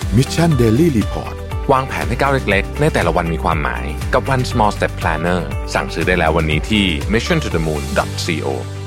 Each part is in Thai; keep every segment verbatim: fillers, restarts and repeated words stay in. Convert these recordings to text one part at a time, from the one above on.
Mission Daily Report วางแผนให้ก้าวเล็กๆในแต่ละวันมีความหมายกับ One Small Step Planner สั่งซื้อได้แล้ววันนี้ที่ มิชชั่น ทู เดอะ มูน ดอท ซี โอ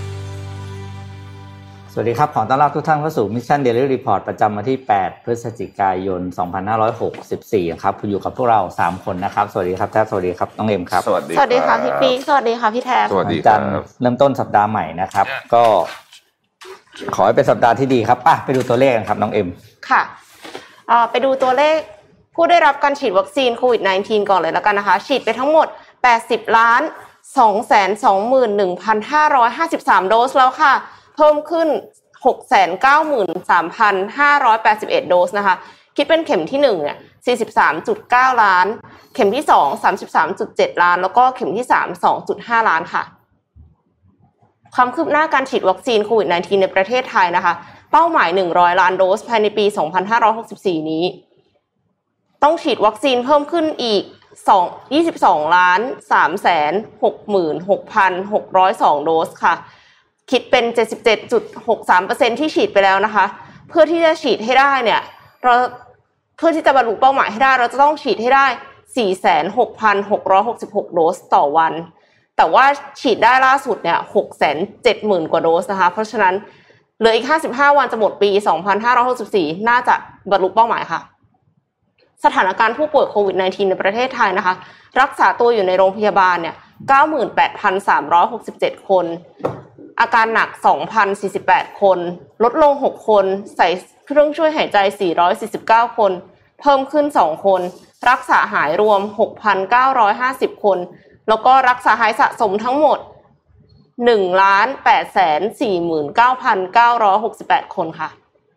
สวัสดีครับขอต้อนรับทุกท่านเข้าสู่ Mission Daily Report ประจำวันที่แปดพฤศจิกายนสองพันห้าร้อยหกสิบสี่ครับอยู่กับพวกเราสามคนนะครับสวัสดีครับแทบสวัสดีครับน้องเอ็มครับสวัสดีสวัสดีค่ะพี่ปิ๊กสวัสดีค่ะพี่แทบสวัสดีครับเริ่มต้นสัปดาห์ใหม่นะครับก็ขอให้เป็นสัปดาห์ที่ดีครับป่ะไปดูตัวเลขกันครับน้องเอ็มค่ะเอ่อไปดูตัวเลขผู้ได้รับการฉีดวัคซีนโควิด สิบเก้า ก่อนเลยแล้วกันนะคะฉีดไปทั้งหมดแปดสิบล้านสองแสนสองหมื่นหนึ่งพันห้าร้อยห้าสิบสามโดสแล้วค่ะเพิ่มขึ้น หกแสนเก้าหมื่นสามพันห้าร้อยแปดสิบเอ็ดโดสนะคะคิดเป็นเข็มที่หนึ่งเนี่ย สี่สิบสามจุดเก้า ล้านเข็มที่สอง สามสิบสามจุดเจ็ด ล้านแล้วก็เข็มที่สาม สองจุดห้า ล้านค่ะความคืบหน้าการฉีดวัคซีนโควิด สิบเก้า ในประเทศไทยนะคะเป้าหมายหนึ่งร้อยล้านโดสภายในปีสองพันห้าร้อยหกสิบสี่นี้ต้องฉีดวัคซีนเพิ่มขึ้นอีกยี่สิบสองล้านสามแสนหกหมื่นหกพันหกร้อยสองโดสค่ะคิดเป็น เจ็ดสิบเจ็ดจุดหกสามเปอร์เซ็นต์ ที่ฉีดไปแล้วนะคะเพื่อที่จะฉีดให้ได้เนี่ยเราเพื่อที่จะบรรลุเป้าหมายให้ได้เราจะต้องฉีดให้ได้ สี่แสนหกพันหกร้อยหกสิบหก โดสต่อวันแต่ว่าฉีดได้ล่าสุดเนี่ย หกแสนเจ็ดหมื่น กว่าโดสนะคะเพราะฉะนั้นเหลืออีกห้าสิบห้าวันจะหมดปีสองพันห้าร้อยหกสิบสี่น่าจะบรรลุเป้าหมายค่ะสถานการณ์ผู้ป่วยโควิด สิบเก้า ในประเทศไทยนะคะรักษาตัวอยู่ในโรงพยาบาลเนี่ย เก้าหมื่นแปดพันสามร้อยหกสิบเจ็ด คนอาการหนัก สองพันสี่สิบแปด คนลดลงหกคนใส่เครื่องช่วยหายใจสี่ร้อยสี่สิบเก้าคนเพิ่มขึ้นสองคนรักษาหายรวม หกพันเก้าร้อยห้าสิบ คนแล้วก็รักษาหายสะสมทั้งหมด หนึ่งล้านแปดแสนสี่หมื่นเก้าพันเก้าร้อยหกสิบแปด คนค่ะ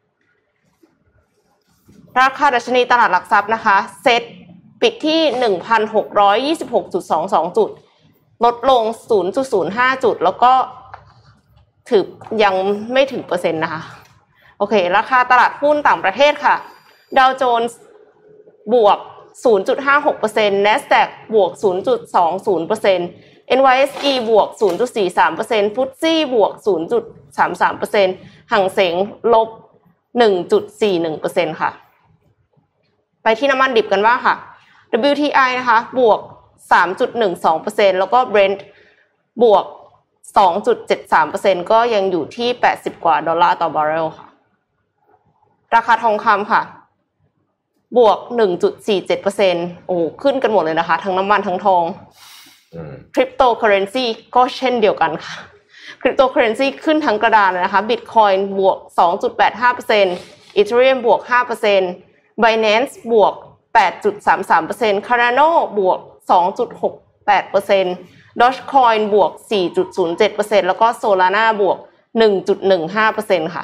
ราคาดัชนีตลาดหลักทรัพย์นะคะเซ็ตปิดที่ หนึ่งพันหกร้อยยี่สิบหกจุดสองสอง จุดลดลง ศูนย์จุดศูนย์ห้า จุดแล้วก็ถือยังไม่ถึงเปอร์เซ็นต์นะคะโอเคราคาตลาดหุ้นต่างประเทศค่ะดาวโจนส์บวก ศูนย์จุดห้าหกเปอร์เซ็นต์ NASDAQ บวก ศูนย์จุดสองศูนย์ เปอร์เซ็นต์ เอ็น วาย เอส อี บวก ศูนย์จุดสี่สามเปอร์เซ็นต์ ฟุตซี่ บวก ศูนย์จุดสามสามเปอร์เซ็นต์ หั่งเส็งลบ หนึ่งจุดสี่หนึ่งเปอร์เซ็นต์ ค่ะไปที่น้ำมันดิบกันบ้างค่ะ ดับเบิลยู ที ไอ นะคะบวก สามจุดหนึ่งสองเปอร์เซ็นต์ แล้วก็ Brent บวก สองจุดเจ็ดสามเปอร์เซ็นต์ ก็ยังอยู่ที่แปดสิบกว่าดอลลาร์ต่อบาร์เรลค่ะราคาทองคำค่ะบวก หนึ่งจุดสี่เจ็ดเปอร์เซ็นต์ โอ้ขึ้นกันหมดเลยนะคะทั้งน้ำมันทั้งทองคริปโตเคอเรนซีก็เช่นเดียวกันค่ะคริปโตเคอเรนซีขึ้นทั้งกระดานเลยนะคะ Bitcoin บวก สองจุดแปดห้าเปอร์เซ็นต์ Ethereum บวก ห้าเปอร์เซ็นต์ Binance บวก แปดจุดสามสามเปอร์เซ็นต์ Cardano บวก สองจุดหกแปดเปอร์เซ็นต์ Dogecoin บวก สี่จุดศูนย์เจ็ดเปอร์เซ็นต์ แล้วก็ Solana บวก หนึ่งจุดหนึ่งห้าเปอร์เซ็นต์ ค่ะ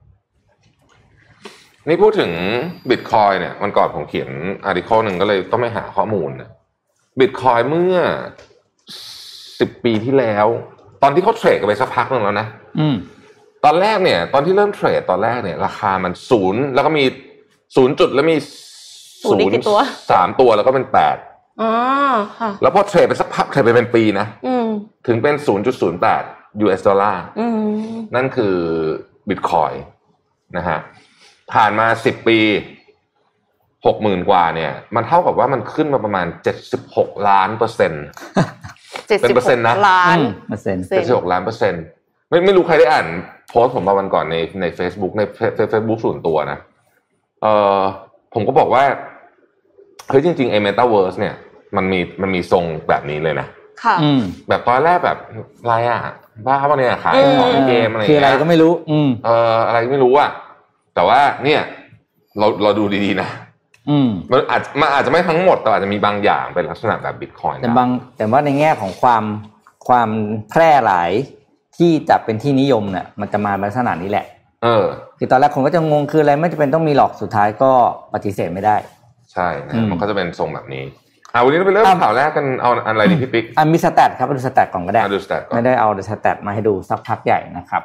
นี่พูดถึง Bitcoin เนี่ยวันก่อนผมเขียนอาร์ติเคิลนึงก็เลยต้องไปหาข้อมูลนะ Bitcoin เมื่อสิบปีที่แล้วตอนที่เขาเทรดกันไปสักพักนึงแล้วนะอืมตอนแรกเนี่ยตอนที่เริ่มเทรดตอนแรกเนี่ยราคามันศูนย์แล้วก็มีศูนย์จุดแล้วมีศูนย์สามตัวแล้วก็เป็นแปดอ๋อค่ะแล้วพอเทรดไปสักพักเทรดไปเป็นปีนะอืมถึงเป็น ศูนย์จุดศูนย์แปด ยู เอส ดอลลาร์อืมนั่นคือ Bitcoin นะฮะผ่านมาสิบปี หกหมื่น กว่าเนี่ยมันเท่ากับว่ามันขึ้นมาประมาณเจ็ดสิบหกล้านเปอร์เซ็นต์เป็นเปอร์เซ็นต์นะล้านเปอร์เซ็นต์เจ็ดสิบหกล้านเปอร์เซ็นต์ไม่ไม่รู้ใครได้อ่านโพสต์ผมมาวันก่อนในใน Facebook ใน Facebook ส่วนตัวนะเอ่อผมก็บอกว่าเฮ้ยจริงๆไอ้ Metaverse เนี่ยมันมีมันมีทรงแบบนี้เลยนะค่ะแบบตอนแรกแบบอะไรอ่ะบ้าป่ะเนี่ยขายของเกมอะไรคืออะไรก็ไม่รู้อืมเอ่ออะไรก็ไม่รู้อ่ะแต่ว่าเนี่ยเราเราดูดีๆนะอืมมันอาจมันอาจจะไม่ทั้งหมดแต่อาจจะมีบางอย่างเป็นลักษณะแบบ Bitcoin แต่บางแต่ว่าในแง่ของความความแพร่หลายที่จะเป็นที่นิยมเนี่ยมันจะมาลักษณะนี้แหละเออคือตอนแรกคนก็จะงงคืออะไรไม่จำเป็นต้องมีหรอกสุดท้ายก็ปฏิเสธไม่ได้ใช่นะมันก็จะเป็นทรงแบบนี้อ่ะวันนี้เราไปเริ่มข่าวแรกกันเอาอะไรดีพี่ปิ๊กอ่ะมีสแตทครับมาดูสแตทก่อนก็ได้ดูสแตทก่อนไม่ได้เอาสแตทมาให้ดูสักพักใหญ่นะครับ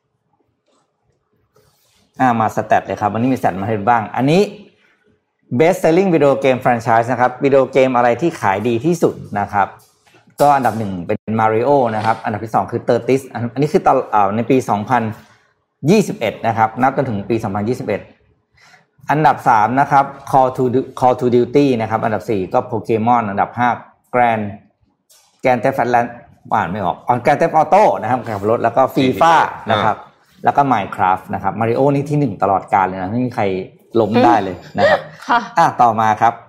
อ่ามาสแตทเลยครับวันนี้มีสแตทมาให้ดูบ้างอันนี้ best selling video game franchise นะครับวิดีโอเกมอะไรที่ขายดีที่สุดนะครับก็อันดับหนึ่งเป็น Mario นะครับอันดับที่สองคือ Tetris อันนี้คือตอนในปีสองพันยี่สิบเอ็ดนะครับนับจนถึงปีสองพันยี่สิบเอ็ดอันดับสามนะครับ Call to Call to Duty นะครับอันดับสี่ก็ Pokemon อันดับห้า Grand Grand Theft Auto อ่านไม่ออก Grand Theft Auto นะครับขับรถแล้วก็ FIFA นะครับแล้วก็ Minecraft นะครับ Mario นี่ที่หนึ่งตลอดกาลเลยนะไม่มีใครล้มได้เลยนะครับอ่ะต่อมาครับ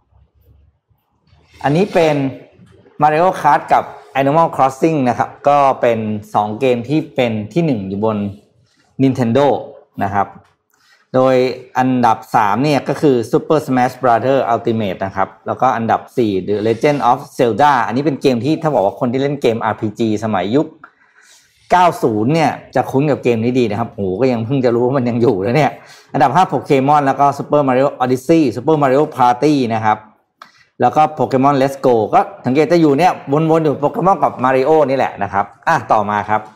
อันนี้เป็น Mario Kart กับ Animal Crossing นะครับก็เป็นสองเกมที่เป็นที่หนึ่งอยู่บน Nintendo นะครับโดยอันดับสามเนี่ยก็คือ Super Smash Bros Ultimate นะครับแล้วก็อันดับสี่ The Legend of Zelda อันนี้เป็นเกมที่ถ้าบอกว่าคนที่เล่นเกม อาร์ พี จี สมัยยุคเก้าสิบเนี่ยจะคุ้นกับเกมนี้ดีนะครับโหก็ยังเพิ่งจะรู้ว่ามันยังอยู่แล้วเนี่ยอันดับห้า Pokemon แล้วก็ Super Mario Odyssey Super Mario Party นะครับแล้วก็ Pokemon Let's Go ก็สังเกตจะอยู่เนี่ยวนๆอยู่ Pokemon กับ Mario นี่แหละนะครับอ่ะต่อมาครับ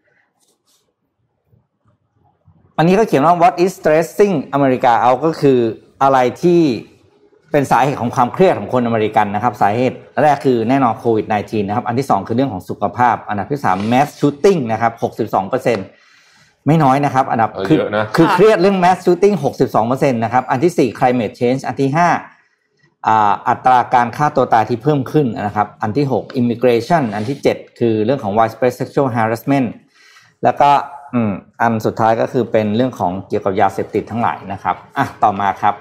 อันนี้ก็เขียนว่า what is stressing America out ก็คืออะไรที่เป็นสาเหตุของความเครียดของคนอเมริกันนะครับสาเหตุแรกคือแน่นอนโควิด สิบเก้า นะครับอันที่สองคือเรื่องของสุขภาพอันดับที่สาม mass shooting นะครับ หกสิบสองเปอร์เซ็นต์ ไม่น้อยนะครับอันดับคือคือเครียดเรื่อง mass shooting หกสิบสองเปอร์เซ็นต์ นะครับอันที่สี่ climate change อันที่ห้าอ่าอัตราการฆ่าตัวตายที่เพิ่มขึ้นนะครับอันที่หก immigration อันที่เจ็ดคือเรื่องของ widespread sexual harassment แล้วก็อืมอันสุดท้ายก็คือเป็นเรื่องของเกี่ยวกับยาเสพติดทั้งหลายนะครับอ่ะต่อมาครับ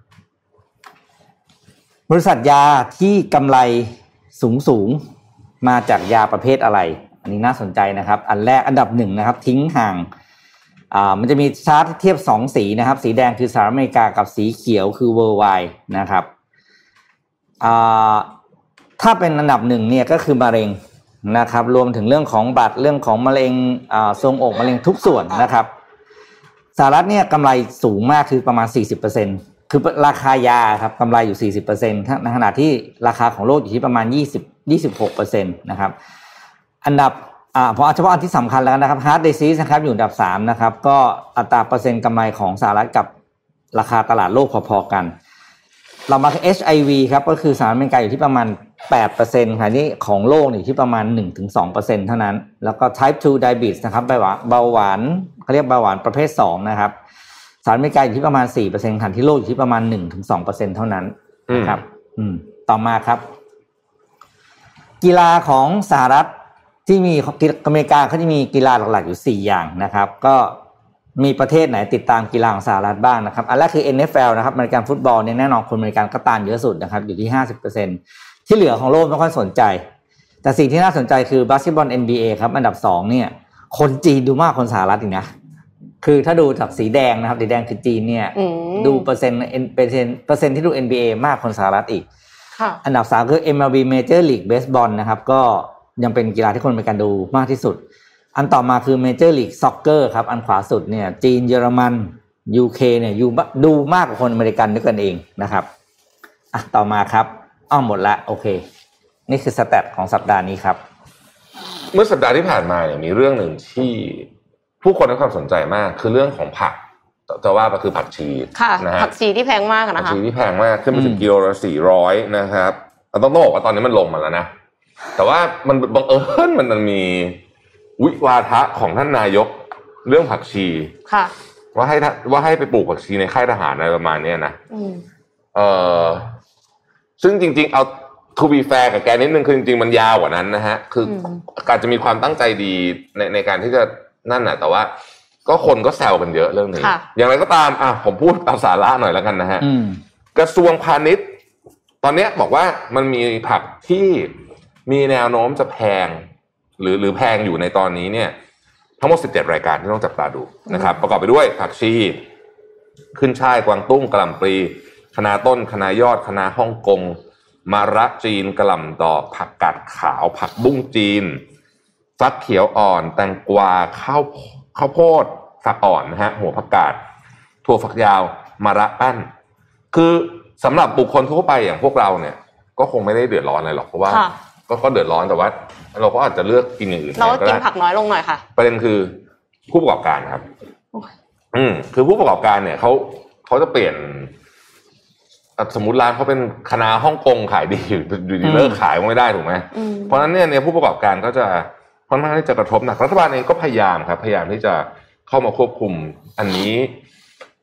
บริษัทยาที่กำไรสูงสูงมาจากยาประเภทอะไรอันนี้น่าสนใจนะครับอันแรกอันดับหนึ่งนะครับทิ้งห่างอ่ามันจะมีชาร์ตเทียบสองสีนะครับสีแดงคือสหรัฐอเมริกากับสีเขียวคือ worldwide นะครับอ่าถ้าเป็นอันดับหนึ่งเนี่ยก็คือมะเร็งนะครับรวมถึงเรื่องของบัตรเรื่องของมะเร็งอ่าทรวงอกมะเร็งทุกส่วนนะครับสหรัฐเนี่ยกำไรสูงมากคือประมาณ สี่สิบเปอร์เซ็นต์ คือราคายาครับกำไรอยู่ สี่สิบเปอร์เซ็นต์ ในขณะที่ราคาของโลกอยู่ที่ประมาณยี่สิบ ยี่สิบหกเปอร์เซ็นต์ นะครับอันดับอ่าเพราะเฉพาะอันที่สำคัญแล้วนะครับ Heart Disease นะครับอยู่อันดับสามนะครับก็อัตราเปอร์เซ็นต์กำไรของสหรัฐกับราคาตลาดโลกพอๆกันเรามา เอช ไอ วี ครับก็คือสหรัฐอเมริกาอยู่ที่ประมาณ แปดเปอร์เซ็นต์ ค่ะนี่ของโลกอยู่ที่ประมาณ หนึ่งถึงสองเปอร์เซ็นต์ เท่านั้นแล้วก็ Type ทู Diabetes นะครับเบาหวานเบาหวานเขาเรียกเบาหวานประเภทสองนะครับสหรัฐอเมริกาอยู่ที่ประมาณ สี่เปอร์เซ็นต์ ค่ะที่โลกอยู่ที่ประมาณ หนึ่งถึงสองเปอร์เซ็นต์ เท่านั้นนะครับอืมต่อมาครับกีฬาของสหรัฐที่มีอเมริกาเขาจะมีกีฬาหลักๆอยู่สี่อย่างนะครับก็มีประเทศไหนติดตามกีฬาของสหรัฐบ้างนะครับอันแรกคือ เอ็น เอฟ แอล นะครับอเมริกันฟุตบอลเนี่ยแน่นอนคนอเมริกันก็ตามเยอะสุดนะครับอยู่ที่ ห้าสิบเปอร์เซ็นต์ ที่เหลือของโลกไม่ค่อยสนใจแต่สิ่งที่น่าสนใจคือบาสเกตบอล เอ็น บี เอ ครับอันดับสองเนี่ยคนจีนดูมากคนสหรัฐอีกนะคือถ้าดูจากสีแดงนะครับสีแดงคือจีนเนี่ยดูเปอร์เซ็นต์เปอร์เซ็นต์เปอร์เซ็นต์ที่ดู เอ็น บี เอ มากคนสหรัฐอีกอันดับสามคือ เอ็ม แอล บี Major League Baseball นะครับก็ยังเป็นกีฬาที่คนอเมริกันดูมากที่สุดอันต่อมาคือ Major League Soccer ครับอันขวาสุดเนี่ยจีนเยอรมัน ยู เค เนี่ยอยู่ดูมากกว่าคนอเมริกันด้วยกันเองนะครับอ่ะต่อมาครับอ้อมหมดละโอเคนี่คือสแตทของสัปดาห์นี้ครับเมื่อสัปดาห์ที่ผ่านมาเนี่ยมีเรื่องหนึ่งที่ผู้คนให้ความสนใจมากคือเรื่องของผักแต่ว่าก็คือผักชีนะฮะผักชีที่แพงมากนะคะผักชีที่แพงมากขึ้นไปถึงกิโลละสี่ร้อยนะครับต้องต้องบอกว่าตอนนี้มันลงมาแล้วนะแต่ว่ามันบังเอิญมันมันมีวิวาทะของท่านนายกเรื่องผักชีค่ะว่าให้ว่าให้ไปปลูกผักชีในค่ายทหารอะไรประมาณนี้นะเออซึ่งจริงๆเอาทูบีแฟร์กับแกนิดนึงคือจริงๆมันยาวกว่านั้นนะฮะคือการจะมีความตั้งใจดีในในการที่จะนั่นน่ะแต่ว่าก็คนก็แซวกันเยอะเรื่องนี้อย่างไรก็ตามอ่ะผมพูดตามสาระหน่อยแล้วกันนะฮะกระทรวงพาณิชย์ตอนนี้บอกว่ามันมีผักที่มีแนวโน้มจะแพงหรือหรือแพงอยู่ในตอนนี้เนี่ยทั้งหมดสิบเจ็ดรายการที่ต้องจับตาดูนะครับประกอบไปด้วยผักชีขึ้นช่ายกวางตุ้งกะหล่ำปลีคะน้าต้นคะน้ายอดคะน้าฮ่องกงมะระจีนกะหล่ำดอกผักกาดขาวผักบุ้งจีนฟักเขียวอ่อนแตงกวาข้าวข้าวโพดฝักอ่อนนะฮะหัวผักกาดถั่วฝักยาวมะระแป้นคือสำหรับบุคคลทั่วไปอย่างพวกเราเนี่ยก็คงไม่ได้เดือดร้อนอะไรหรอกเพราะว่าก็ก็เดือดร้อนแต่ว่าเราก็อาจจะเลือกกินอย่างอื่นเรากินผักน้อยลงหน่อยค่ะประเด็นคือผู้ประกอบการครับอืมคือผู้ประกอบการเนี่ยเขาเขาจะเปลี่ยนสมมุติร้านเขาเป็นคะน้าฮ่องกงขายดีอยู่ดีเลิกขายไม่ได้ถูกไหมเพราะฉะนั้นเนี่ยเนี่ยผู้ประกอบการก็จะค่อนข้างที่จะกระทบหนักรัฐบาลเองก็พยายามครับพยายามที่จะเข้ามาควบคุมอันนี้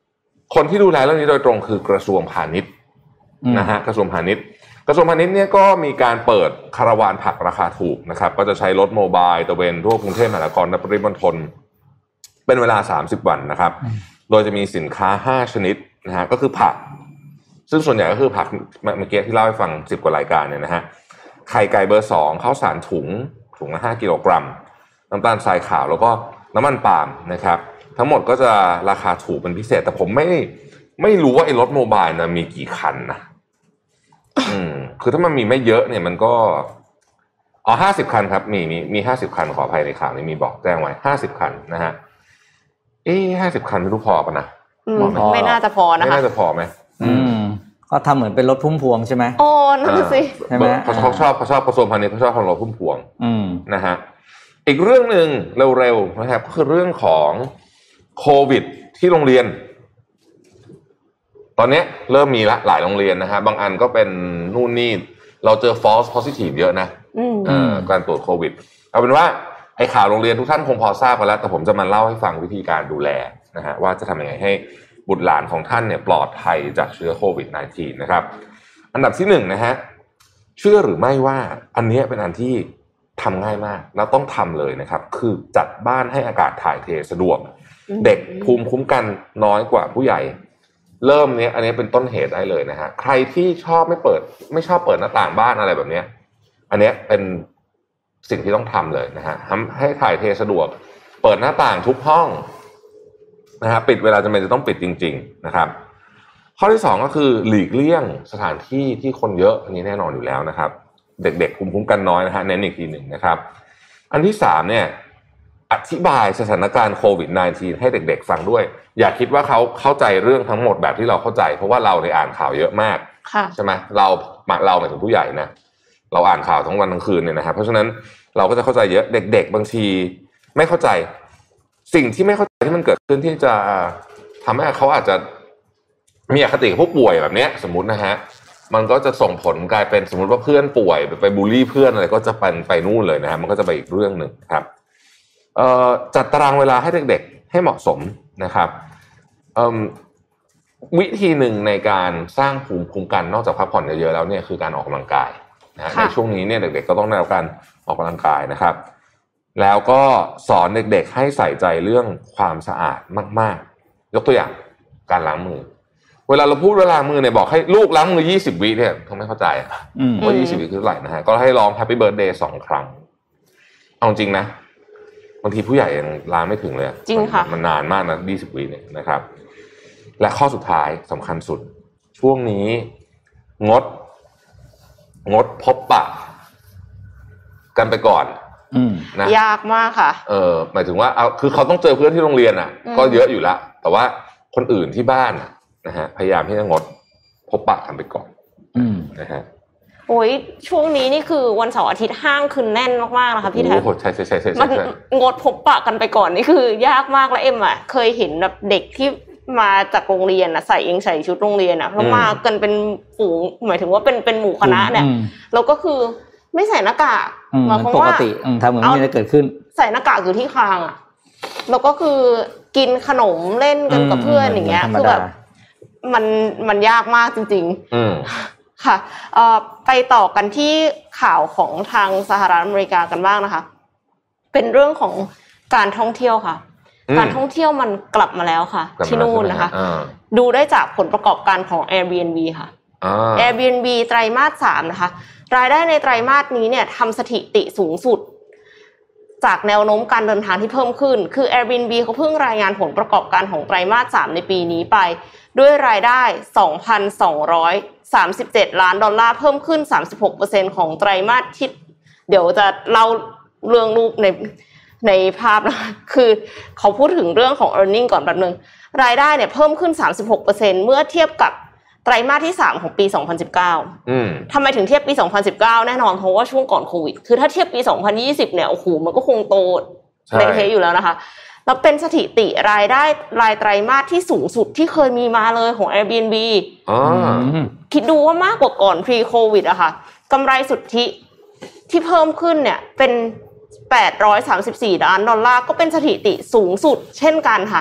คนที่ดูแลเรื่องนี้โดยตรงคือกระทรวงพาณิชย์นะฮะกระทรวงพาณิชย์กระทรวงพาณิชย์เนี่ยก็มีการเปิดคาราวานผักราคาถูกนะครับก็จะใช้รถโมบายตะเวนทั่วกรุงเทพมหานครและปริมณฑลเป็นเวลาสามสิบวันนะครับโดยจะมีสินค้าห้าชนิดนะฮะก็คือผักซึ่งส่วนใหญ่ก็คือผักเมื่อกี้ที่เล่าให้ฟังสิบกว่ารายการเนี่ยนะฮะไข่ไก่เบอร์สองข้าวสารถุงถุงละห้ากิโลกรัมน้ำตาลทรายขาวแล้วก็น้ำมันปาล์มนะครับทั้งหมดก็จะราคาถูกเป็นพิเศษแต่ผมไม่ไม่รู้ว่าไอ้รถโมบายนะมีกี่คันนะอืมคือถ้ามันมีไม่เยอะเนี่ยมันก็อ๋อห้าสิบคันครับมีมีมีห้าสิบคันขออภัยในข่าวนี้มีบอกแจ้งไว้ห้าสิบคันนะฮะเอ๊ะห้าสิบคันไม่รู้พอป่ะนะไม่น่าจะพอนะคะไม่น่าจะพอไหมอืมก็ทำเหมือนเป็นรถพุ่มพวงใช่ไหมโอ้นั่นสิใช่ไหมเขาเขาชอบเขาชอบกระทรวงพาณิชย์เขาชอบทำรถพุ่มพวงอืมนะฮะอีกเรื่องหนึ่งเร็วๆนะครับก็คือเรื่องของโควิดที่โรงเรียนตอนนี้เริ่มมีละหลายโรงเรียนนะฮะบางอันก็เป็นนู่นนี่เราเจอ false positive เยอะนะการตรวจโควิดเอาเป็นว่าไอ้ข่าวโรงเรียนทุกท่านคงพอทราบกันแล้วแต่ผมจะมาเล่าให้ฟังวิธีการดูแลนะฮะว่าจะทำยังไงให้บุตรหลานของท่านเนี่ยปลอดภัยจากเชื้อโควิด สิบเก้า นะครับอันดับที่หนึ่งนะฮะเชื่อหรือไม่ว่าอันนี้เป็นอันที่ทำง่ายมากแล้วต้องทำเลยนะครับคือจัดบ้านให้อากาศถ่ายเทสะดวกเด็กภูมิคุ้มกันน้อยกว่าผู้ใหญ่เริ่มเนี้ยอันนี้เป็นต้นเหตุได้เลยนะฮะใครที่ชอบไม่เปิดไม่ชอบเปิดหน้าต่างบ้านอะไรแบบเนี้ยอันนี้เป็นสิ่งที่ต้องทำเลยนะฮะทำให้ถ่ายเทสะดวกเปิดหน้าต่างทุกห้องนะฮะปิดเวลาจำเป็นจะต้องปิดจริงๆนะครับข้อที่สองก็คือหลีกเลี่ยงสถานที่ที่คนเยอะอันนี้แน่นอนอยู่แล้วนะครับเด็กๆภูมิคุ้มกันน้อยนะฮะเน้นอีกทีหนึ่งนะครับอันที่สามเนี่ยอธิบายสถานการณ์โควิด สิบเก้า ให้เด็กๆฟังด้วยอย่าคิดว่าเขาเข้าใจเรื่องทั้งหมดแบบที่เราเข้าใจเพราะว่าเราได้อ่านข่าวเยอะมากใช่ไหมเราเราหมายถึงผู้ใหญ่นะเราอ่านข่าวทั้งวันทั้งคืนเนี่ยนะครับเพราะฉะนั้นเราก็จะเข้าใจเยอะเด็กๆบางทีไม่เข้าใจสิ่งที่ไม่เข้าใจที่มันเกิดขึ้นที่จะทำให้เขาอาจจะมีอคติกับผู้ป่วยแบบนี้สมมุตินะฮะมันก็จะส่งผลกลายเป็นสมมุติว่าเพื่อนป่วยไปบูลลี่เพื่อนอะไรก็จะไปไปนู่นเลยนะฮะมันก็จะไปอีกเรื่องหนึ่งครับเอ่อจัดตารางเวลาให้เด็กๆให้เหมาะสมนะครับเอ่อวิธีหนึ่งในการสร้างภูมิคุ้มกันนอกจากพักผ่อนเยอะๆแล้วเนี่ยคือการออกกำลังกายนะในช่วงนี้เนี่ยเด็กๆก็ต้องได้รับการออกกำลังกายนะครับแล้วก็สอนเด็กๆให้ใส่ใจเรื่องความสะอาดมากๆยกตัวอย่างการล้างมือเวลาเราพูดว่าล้างมือเนี่ยบอกให้ลูกล้างมือยี่สิบวิเนี่ยเขาไม่เข้าใจว่ายี่สิบวิคือเท่าไหร่นะฮะก็ให้ร้อง Happy Birthday สองครั้งเอาจริงนะบางทีผู้ใหญ่ยังล้างไม่ถึงเลยจริงค่ะมันนานมากนะยี่สิบวิเนี่ยนะครับและข้อสุดท้ายสำคัญสุดช่วงนี้งดงดพบปะกันไปก่อนนะยากมากค่ะเออหมายถึงว่าเอาคือเขาต้องเจอเพื่อนที่โรงเรียนอ่ะก็เยอะอยู่แล้วแต่ว่าคนอื่นที่บ้านนะฮะพยายามที่จะงดพบปะกันไปก่อนนะฮะโอ้ยช่วงนี้นี่คือวันเสาร์อาทิตย์ห้างคือแน่นมากๆนะคะพี่แทนโอ้ใช่ใช่ใช่ใช่มันงดพบปะกันไปก่อนนี่คือยากมากแล้วเอ็มอ่ะเคยเห็นแบบเด็กที่มาจากโรงเรียนอ่ะใส่เองใส่ชุดโรงเรียนอ่ะแล้วมากันเป็นฝูงหมายถึงว่าเป็นเป็นหมู่คณะเนี่ยแล้วก็คือไม่ใส่หน้ากากหมายความว่าปกติทำเหมือนไม่มีอะไรเกิดขึ้นใส่หน้ากากอยู่ที่คางอ่ะแล้วก็คือกินขนมเล่นกันกับเพื่อนอย่างเงี้ยคือแบบมันมันยากมากจริงๆค่ะเอ่อไปต่อกันที่ข่าวของทางสหรัฐอเมริกากันบ้างนะคะเป็นเรื่องของการท่องเที่ยวค่ะการท่องเที่ยวมันกลับมาแล้วค่ะที่นู่นนะคะดูได้จากผลประกอบการของ Airbnb ค่ะ Airbnb ไตรมาสสามนะคะรายได้ในไตรมาสนี้เนี่ยทำสถิติสูงสุดจากแนวโน้มการเดินทางที่เพิ่มขึ้นคือ Airbnb เขาเพิ่งรายงานผลประกอบการของไตรมาสสามในปีนี้ไปด้วยรายได้ สองพันสองร้อยสามสิบเจ็ด ล้านดอลลาร์เพิ่มขึ้น สามสิบหกเปอร์เซ็นต์ ของไตรมาสที่เดี๋ยวจะเล่าเรื่องรูปในในภาพนะคือเขาพูดถึงเรื่องของ earning ก่อนแป๊บนึงรายได้เนี่ยเพิ่มขึ้น สามสิบหกเปอร์เซ็นต์ เมื่อเทียบกับไตรมาสที่สามของปีสองพันสิบเก้าอืมทำไมถึงเทียบปีสองพันสิบเก้าแน่นอนเพราะว่าช่วงก่อนโควิดคือถ้าเทียบปีสองพันยี่สิบเนี่ยโอ้โหมันก็คงโตเละเทะอยู่แล้วนะคะแล้วเป็นสถิติรายได้รายไตรมาสที่สูงสุดที่เคยมีมาเลยของ Airbnb อ๋อคิดดูว่ามากกว่าก่อน pre covid อะค่ะกำไรสุทธิที่เพิ่มขึ้นเนี่ยเป็นแปดร้อยสามสิบสี่ล้านดอลลาร์ก็เป็นสถิติสูงสุดเช่นกันค่ะ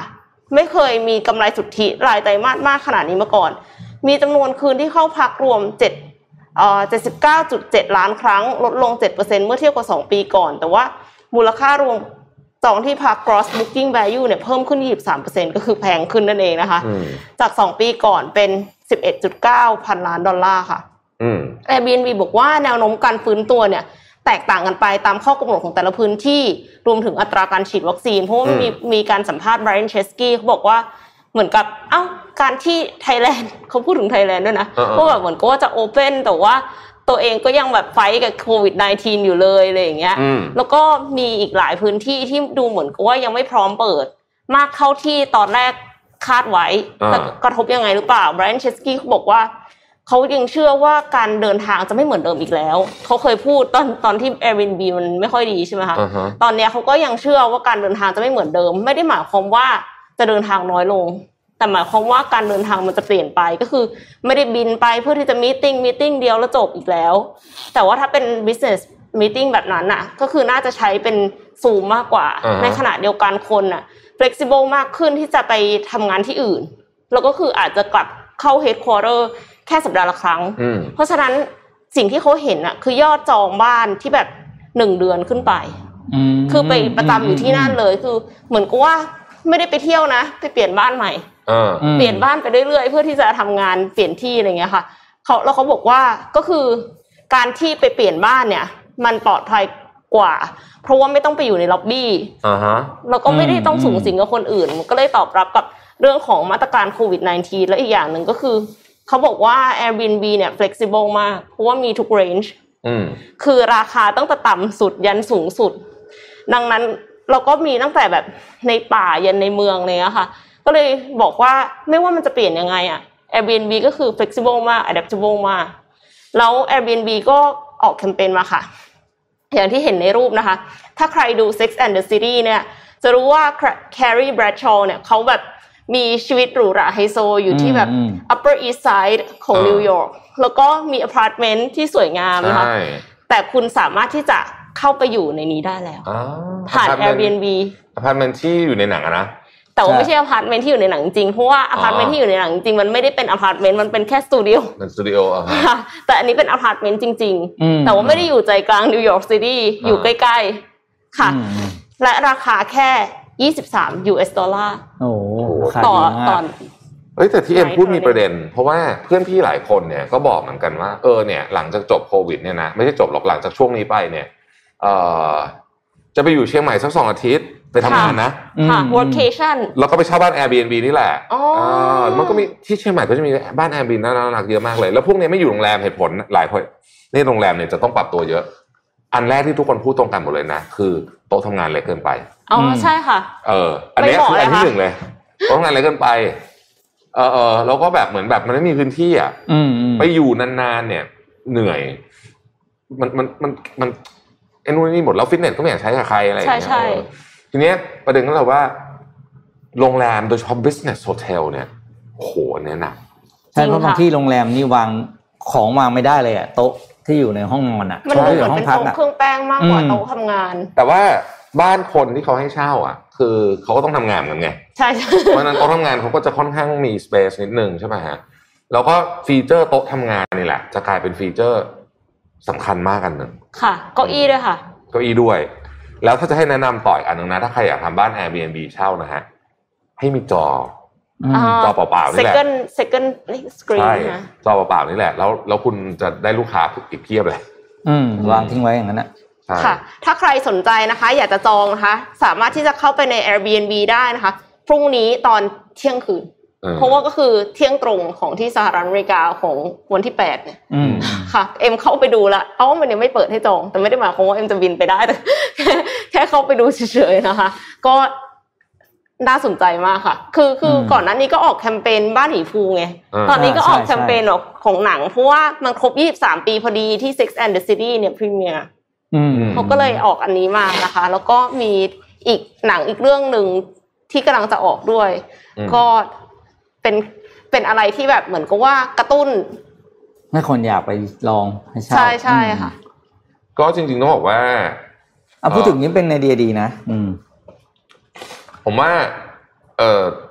ไม่เคยมีกำไรสุทธิรายไตรมาสมากขนาดนี้มาก่อนมีจำนวนคืนที่เข้าพักรวม7เอ่อ เจ็ดสิบเก้าจุดเจ็ด ล้านครั้งลดลง เจ็ดเปอร์เซ็นต์ เมื่อเทียบกับสองปีก่อนแต่ว่ามูลค่ารวมจองที่พัก gross booking value เนี่ยเพิ่มขึ้น ยี่สิบสามเปอร์เซ็นต์ ก็คือแพงขึ้นนั่นเองนะคะจากสองปีก่อนเป็น สิบเอ็ดจุดเก้า พันล้านดอลลาร์ค่ะอืม Airbnb บอกว่าแนวโน้มการฟื้นตัวเนี่ยแตกต่างกันไปตามข้อกำหนดของแต่ละพื้นที่รวมถึงอัตราการฉีดวัคซีนเพราะว่ามีมีการสัมภาษณ์ Brian Chesky เขาบอกว่าเหมือนกับเอ้าการที่ไทยแลนด์เขาพูดถึงไทยแลนด์ด้วยนะว่าแบบเหมือนก็ว่าจะโอเพ่นแต่ว่าตัวเองก็ยังแบบไฟท์กับโควิด สิบเก้า อยู่เลยอะไรอย่างเงี้ยแล้วก็มีอีกหลายพื้นที่ที่ดูเหมือนกับว่ายังไม่พร้อมเปิดมากเข้าที่ตอนแรกคาดไว้แต่กระทบยังไงหรือเปล่า Brian Chesky เขาบอกว่าเขายังเชื่อว่าการเดินทางจะไม่เหมือนเดิมอีกแล้วเขาเคยพูดตอนตอนที่ Airbnb มันไม่ค่อยดีใช่ไหมคะ uh-huh. ตอนนี้เขาก็ยังเชื่อว่าการเดินทางจะไม่เหมือนเดิมไม่ได้หมายความว่าจะเดินทางน้อยลงแต่หมายความว่าการเดินทางมันจะเปลี่ยนไปก็คือไม่ได้บินไปเพื่อที่จะมีตติ้งมีตติ้งเดียวแล้วจบอีกแล้วแต่ว่าถ้าเป็น business meeting แบบนั้นน่ะก็คือน่าจะใช้เป็น Zoom มากกว่า uh-huh. ในขณะเดียวกันคนน่ะ flexible มากขึ้นที่จะไปทำงานที่อื่นแล้วก็คืออาจจะกลับเข้า headquarterแค่สัปดาห์ละครั้งเพราะฉะนั้นสิ่งที่เขาเห็นน่ะคือยอดจองบ้านที่แบบหนึ่งเดือนขึ้นไปคือไปประจำอยู่ที่นั่นเลยคือเหมือนกับว่าไม่ได้ไปเที่ยวนะไปเปลี่ยนบ้านใหม่เปลี่ยนบ้านไปเรื่อยๆเพื่อที่จะทำงานเปลี่ยนที่อะไรเงี้ยค่ะเขาแล้วเขาบอกว่าก็คือการที่ไปเปลี่ยนบ้านเนี่ยมันปลอดภัยกว่าเพราะว่าไม่ต้องไปอยู่ในล็อบบี้แล้วก็ไม่ได้ต้องสูงสิงกับคนอื่นก็เลยตอบรับกับเรื่องของมาตรการโควิด สิบเก้า และอีกอย่างนึงก็คือเขาบอกว่า Airbnb เนี่ย flexible มากเพราะว่ามีทุก range คือราคาตั้งแต่ต่ำสุดยันสูงสุดดังนั้นเราก็มีตั้งแต่แบบในป่ายันในเมืองเลยอะค่ะก็เลยบอกว่าไม่ว่ามันจะเปลี่ยนยังไงอะ Airbnb ก็คือ flexible มาก adaptable มากแล้ว Airbnb ก็ออกแคมเปญมาค่ะอย่างที่เห็นในรูปนะคะถ้าใครดู Sex and the City เนี่ยจะรู้ว่า Carrie Bradshaw เนี่ยเขาแบบมีชีวิตหรูหราไฮโซอยู่ที่แบบ Upper East Side ของนิวยอร์กแล้วก็มีอพาร์ตเมนต์ที่สวยงามนะคะแต่คุณสามารถที่จะเข้าไปอยู่ในนี้ได้แล้วผ่าน Airbnb อพาร์ตเมนต์ที่อยู่ในหนังอะนะแต่ว่าไม่ใช่อพาร์ตเมนต์ที่อยู่ในหนังจริงเพราะว่าอพาร์ตเมนต์ที่อยู่ในหนังจริงมันไม่ได้เป็นอพาร์ตเมนต์มันเป็นแค่สตูดิโอเป็นสตูดิโออ่ะแต่อันนี้เป็นอพาร์ตเมนต์จริงๆแต่ว่าไม่ได้อยู่ใจกลางนิวยอร์กซิตี้อยู่ใกล้ๆค่ะและราคาแค่ยี่สิบสาม ยู เอส ดอลลาร์โอ้ต่อตอนเอ้ยแต่ที่เอ็มพูดมีประเด็นเพราะว่าเพื่อนพี่หลายคนเนี่ยก็บอกเหมือนกันว่าเออเนี่ยหลังจากจบโควิดเนี่ยนะไม่ใช่จบหรอกหลังจากช่วงนี้ไปเนี่ยเอ่อจะไปอยู่เชียงใหม่สักสองอาทิตย์ไปทำงานนะค่ะ workation แล้วก็ไปเช่าบ้าน Airbnb นี่แหละอ๋อมันก็มีที่เชียงใหม่ก็จะมีบ้าน Airbnb น่ารักเยอะมากเลยแล้วพวกนี้ไม่อยู่โรงแรมเหตุผลหลายคนนี่โรงแรมเนี่ยจะต้องปรับตัวเยอะอันแรกที่ทุกคนพูดตรงกันหมดเลยนะคือโต๊ะทำงานเล็กเกินไปอ๋อใช่ค่ะเอออันนี้คืออันที่หนึ่งเลยโต๊ะทำงานเล็กเกินไปเออเออแล้วก็แบบเหมือนแบบมันไม่มีพื้นที่อ่ะไปอยู่นานๆเนี่ยเหนื่อยมันมันมันมันไอ้นู่นนี่หมดแล้วฟิตเนสก็ไม่อยากใช้กับใครอะไรอย่างเงี้ยทีเนี้ยประเด็นก็คือว่าโรงแรมโดยเฉพาะ business hotel เนี่ยโหเนี่ยหนักใช่เพราะบางที่โรงแรมนี่วางของวางไม่ได้เลยอ่ะโต๊ะที่อยู่ในห้องนอนอ่ะมันเหมือนเป็นโต๊ะเครื่องแป้งมากกว่าโต๊ะทำงานแต่ว่าบ้านคนที่เขาให้เช่าอ่ะคือเขาก็ต้องทำงานกันไงใช่เพราะนั้นโต๊ะทำงานเขาก็จะค่อนข้างมี space นิดนึงใช่ไหมฮะแล้วก็ฟีเจอร์โต๊ะทำงานนี่แหละจะกลายเป็นฟีเจอร์สำคัญมากกันหนึ่งค่ะเก้าอี้ด้วยค่ะเก้าอี้ด้วยแล้วถ้าจะให้แนะนำต่ออีกอันนึงนะถ้าใครอยากทำบ้าน Airbnb เช่านะฮะให้มีจอจอเปล่าๆนี่แหละ second second screen นะจอเปล่าๆนี่แหละแล้วแล้วคุณจะได้ลูกค้าอีกเพียบเลยอืมวางทิ้งไว้อย่างนั้นนะค่ะถ้าใครสนใจนะคะอยากจะจองนะคะสามารถที่จะเข้าไปใน Airbnb ได้นะคะพรุ่งนี้ตอนเที่ยงคืนเพราะว่าก็คือเที่ยงตรงของที่สหรัฐอเมริกาของวันที่แปดเนี่ยค่ะเอ็มเข้าไปดูละเอ้ามันยังไม่เปิดให้จองแต่ไม่ได้หมายความว่าเอ็มจะบินไปได้แต่แค่เข้าไปดูเฉยๆนะคะก็น่าสนใจมากค่ะคือคือก่อนหน้านี้ก็ออกแคมเปญบ้านหมีภูไงตอนนี้ก็ออกแคมเปญของหนังเพราะว่ามันครบยี่สิบสามปีพอดีที่ Sex and the City เนี่ยพรีเมียร์เขาก็เลยออกอันนี้มานะคะแล้วก็มีอีกหนังอีกเรื่องนึงที่กำลังจะออกด้วยก็เป็นเป็นอะไรที่แบบเหมือนกับว่ากระตุ้นให้คนอยากไปลองให้เช่าใช่ใช่ค่ะก็จริงๆต้องบอกว่าเอาพูดถึงนี้เป็นไอเดียดีนะอืมผมว่าเออ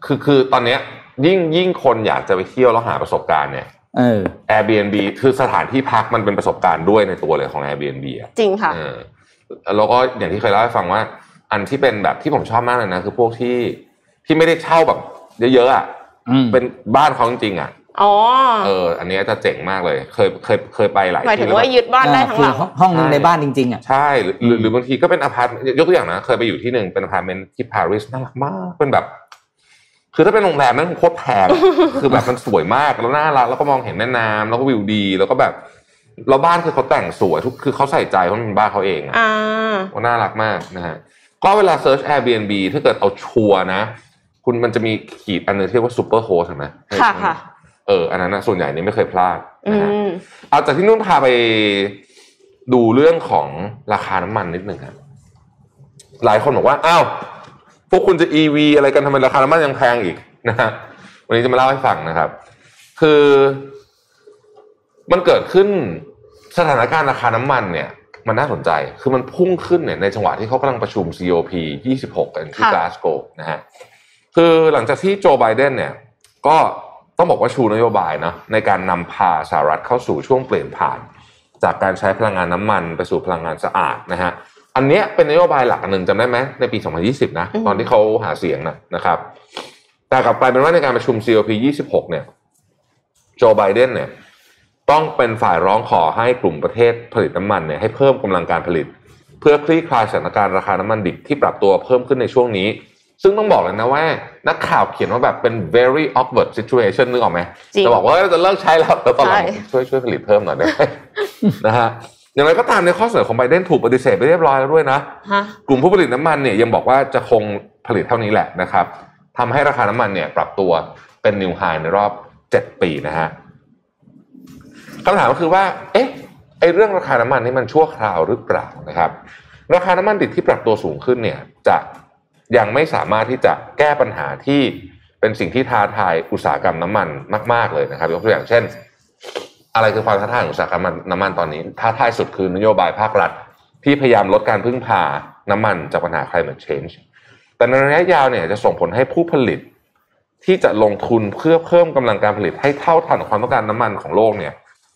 คือคือตอนเนี้ยยิ่งยิ่งคนอยากจะไปเที่ยวแล้วหาประสบการณ์เนี่ยเออ Airbnb คือสถานที่พักมันเป็นประสบการณ์ด้วยในตัวเลยของ Airbnb อ่ะจริงค่ะเออแล้วก็อย่างที่เคยเล่าให้ฟังว่าอันที่เป็นแบบที่ผมชอบมากเลยนะคือพวกที่ที่ไม่ได้เช่าแบบเยอะๆอ่ะเป็นบ้านเขาจริงๆอ่ะอ๋อเอออันนี้จะเจ๋งมากเลยเคยเคยเคยไปหลายที่หมายถึงว่ายึดบ้านได้ทั้งหลังห้องนึงในบ้านจริงๆอ่ะใช่หรือหรือบางทีก็เป็นอพาร์ตเมนต์ยกตัวอย่างนะเคยไปอยู่ที่หนึ่งเป็นอพาร์ตเมนต์ที่ปารีสน่ารักมากเป็นแบบคือถ้าเป็นโรงแรมมันโคตรแพงคือแบบมันสวยมากแล้วน่ารักแล้วก็มองเห็นแม่น้ำแล้วก็วิวดีแล้วก็แบบแล้วบ้านคือเขาแต่งสวยทุกคือเขาใส่ใจเพราะมันเป็นบ้านเขาเองอ่ะก็น่ารักมากนะฮะก็เวลาเซิร์ช Airbnb ถ้าเกิดเอาชัวร์นะคุณมันจะมีขีดอันนึงที่เรียกว่าซูเปอร์โฮสต์ใช่ไหมค่ะค่ะเอออันนั้นนะส่วนใหญ่นี่ไม่เคยพลาดนะฮะเอาจากที่นุ่นพาไปดูเรื่องของราคาน้ำมันนิดหนึ่งครับหลายคนบอกว่าอ้าวพวกคุณจะ อี วี อะไรกันทำไมราคาน้ำมันยังแพงอีกนะฮะวันนี้จะมาเล่าให้ฟังนะครับคือมันเกิดขึ้นสถานการณ์ราคาน้ำมันเนี่ยมันน่าสนใจคือมันพุ่งขึ้นเนี่ยในจังหวะที่เขากำลังประชุม ซี โอ พี ยี่สิบหกกันที่กลาสโกว์นะฮะคือหลังจากที่โจไบเดนเนี่ยก็ต้องบอกว่าชูนโยบายนะในการนำพาสหรัฐเข้าสู่ช่วงเปลี่ยนผ่านจากการใช้พลังงานน้ำมันไปสู่พลังงานสะอาดนะฮะอันนี้เป็นนโยบายหลักอันหนึ่งจำได้ไหมในปีสองพันยี่สิบนะตอนที่เขาหาเสียงนะนะครับแต่กลับกลายเป็นว่าในการประชุม ซี โอ พี ยี่สิบหกเนี่ยโจไบเดนเนี่ยต้องเป็นฝ่ายร้องขอให้กลุ่มประเทศผลิตน้ำมันเนี่ยให้เพิ่มกำลังการผลิตเพื่อคลี่คลายสถานการณ์ราคาน้ำมันดิบที่ปรับตัวเพิ่มขึ้นในช่วงนี้ซึ่งต้องบอกเลยนะว่านักข่าวเขียนว่าแบบเป็น very awkward situation นึกออกไหมจะบอกว่าจะเลิกใช้แล้วแต่ตอนหลังช่วยช่วยผลิตเพิ่มหน่อยได้ไหมนะฮะอย่างไรก็ตามในข้อเสนอของไบเดนถูกปฏิเสธไปเรียบร้อยแล้วด้วยนะกลุ่มผู้ผลิตน้ำมันเนี่ยยังบอกว่าจะคงผลิตเท่านี้แหละนะครับทำให้ราคาน้ำมันเนี่ยปรับตัวเป็น new high ในรอบเจ็ดปีนะฮะคำถามก็คือว่าเอ๊ะไอเรื่องราคาน้ำมันนี่มันชั่วคราวหรือเปล่านะครับราคาน้ำมันดิบที่ปรับตัวสูงขึ้นเนี่ยจะยังไม่สามารถที่จะแก้ปัญหาที่เป็นสิ่งที่ท้าทายอุตสาหกรรมน้ำมันมากๆเลยนะครับยกตัวอย่างเช่นอะไรคือความท้าทายของอุตสาหกรรมน้ำมันตอนนี้ท้าทายสุดคือนโยบายภาครัฐที่พยายามลดการพึ่งพาน้ำมันจากปัญหา climate change แต่ในระยะยาวเนี่ยจะส่งผลให้ผู้ผลิตที่จะลงทุนเพื่อเพิ่มกำลังการผลิตให้เท่าทันกับความต้องการน้ำมันของโลกเนี่ย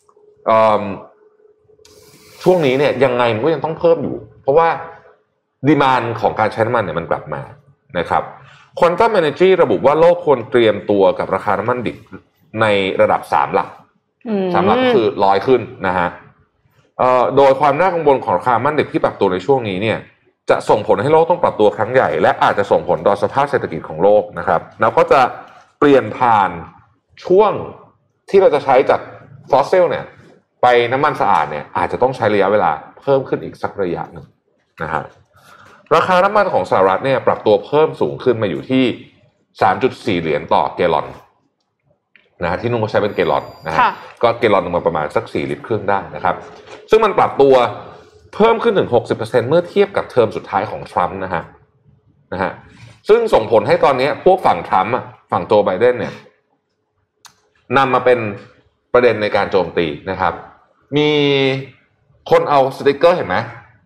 ช่วงนี้เนี่ยยังไงมันก็ยังต้องเพิ่มอยู่เพราะว่าดีมานด์ของการใช้น้ำมันเนี่ยมันกลับมานะครับ Quantum Energy ระบุว่าโลกควรเตรียมตัวกับราคาน้ำมันดิบในระดับสามหลักสามหลักก็คือร้อยขึ้นนะฮะโดยความน่ากังวลของราคาน้ำมันดิบที่ปรับตัวในช่วงนี้เนี่ยจะส่งผลให้โลกต้องปรับตัวครั้งใหญ่และอาจจะส่งผลต่อสภาพเศรษฐกิจของโลกนะครับแล้วก็จะเปลี่ยนผ่านช่วงที่เราจะใช้จากฟอสซิลเนี่ยไปน้ำมันสะอาดเนี่ยอาจจะต้องใช้ระยะเวลาเพิ่มขึ้นอีกสักระยะหนึ่งนะฮะราคาน้ำมันของสหรัฐเนี่ยปรับตัวเพิ่มสูงขึ้นมาอยู่ที่ สามจุดสี่ เหรียญต่อแกลลอนนะฮะที่นุ่งเขาใช้เป็นแกลลอนนะฮะก็แกลลอนนึงมาประมาณสักสี่ลิตรครึ่งได้นะครับซึ่งมันปรับตัวเพิ่มขึ้นถึง หกสิบเปอร์เซ็นต์ เมื่อเทียบกับเทอมสุดท้ายของทรัมป์นะฮะนะฮะซึ่งส่งผลให้ตอนนี้พวกฝั่งทรัมป์อ่ะฝั่งโจไบเดนเนี่ยนำมาเป็นประเด็นในการโจมตีนะครับมีคนเอาสติ๊กเกอร์เห็นไหม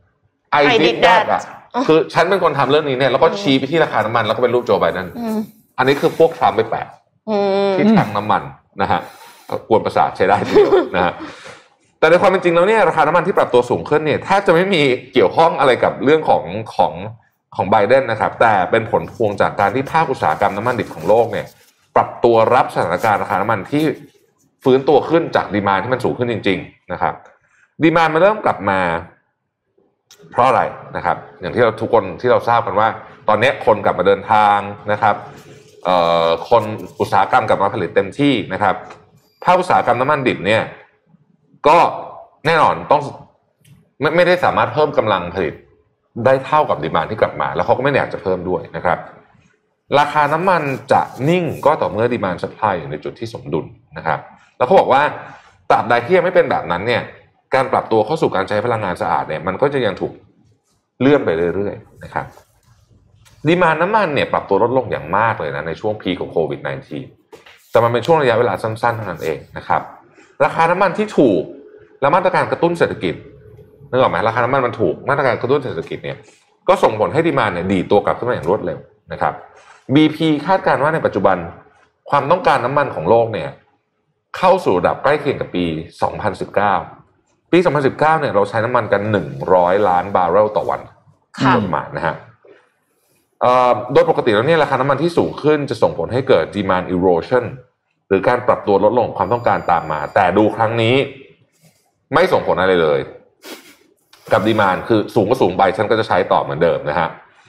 I did that อ่ะคือฉันเป็นคนทำเรื่องนี้เนี่ยแล้วก็ชี้ไปที่ราคาน้ำมันแล้วก็เป็นรูปโจไบเดนอันนี้คือพวกทรัมป์ไปแปะที่ถังน้ำมันนะฮะกวนประสาทใช้ได้ทีเดียวนะฮะแต่ในความเป็นจริงแล้วเนี่ยราคาน้ำมันที่ปรับตัวสูงขึ้นเนี่ยแทบจะไม่มีเกี่ยวข้องอะไรกับเรื่องของของของไบเดนนะครับแต่เป็นผลพวงจากการที่ภาคอุตสาหกรรมน้ำมันดิบของโลกเนี่ยปรับตัวรับสถานการณ์ราคาน้ำมันที่ฟื้นตัวขึ้นจากดีมานด์ที่มันสูงขึ้นจริงๆนะครับดีมานด์มันเริ่มกลับมาเพราะอะไรนะครับอย่างที่เราทุกคนที่เราทราบกันว่าตอนนี้คนกลับมาเดินทางนะครับเอ่อคนอุตสาหกรรมกลับมาผลิตเต็มที่นะครับภาคอุตสาหกรรมน้ำมันดิบเนี่ยก็แน่นอนต้องไม่ไม่ได้สามารถเพิ่มกำลังผลิตได้เท่ากับดีมานด์ที่กลับมาแล้วเขาก็ไม่อยากจะเพิ่มด้วยนะครับราคาน้ำมันจะนิ่งก็ต่อเมื่อดีมานด์ซัพพลายอยู่ในจุดที่สมดุลนะครับแล้วเขาบอกว่าตราบใดที่ยังไม่เป็นแบบนั้นเนี่ยการปรับตัวเข้าสู่การใช้พลังงานสะอาดเนี่ยมันก็จะยังถูกเลื่อนไปเรื่อยๆนะครับดีมานด์น้ำมันเนี่ยปรับตัวลดลงอย่างมากเลยนะในช่วงพีคของโควิด สิบเก้า แต่มันเป็นช่วงระยะเวลาสั้นๆเท่านั้นเองนะครับราคาน้ำมันที่ถูกและมาตรการกระตุ้นเศรษฐกิจนึกออกไหมราคาน้ำมันมันถูกมาตรการกระตุ้นเศรษฐกิจเนี่ยก็ส่งผลให้ดีมานด์เนี่ยดีตัวกลับขึ้นมาอย่างรวดเร็วนะครับบี พี คาดการณ์ว่าในปัจจุบันความต้องการน้ำมันของโลกเนี่ยเข้าสู่ระดับใกล้เคียงกับปีสองพันสิบเก้าปีสองพันสิบเก้าเนี่ยเราใช้น้ำมันกันหนึ่งร้อยล้านบาร์เรลต่อวันโดยประมาณนะฮะโดยปกติแล้วเนี่ยราคาน้ำมันที่สูงขึ้นจะส่งผลให้เกิด demand erosion หรือการปรับตัวลดลงความต้องการตามมาแต่ดูครั้งนี้ไม่ส่งผลอะไรเลยกับ demand คือสูงก็สูงไปฉันก็จะใช้ต่อเหมือนเดิมนะฮะ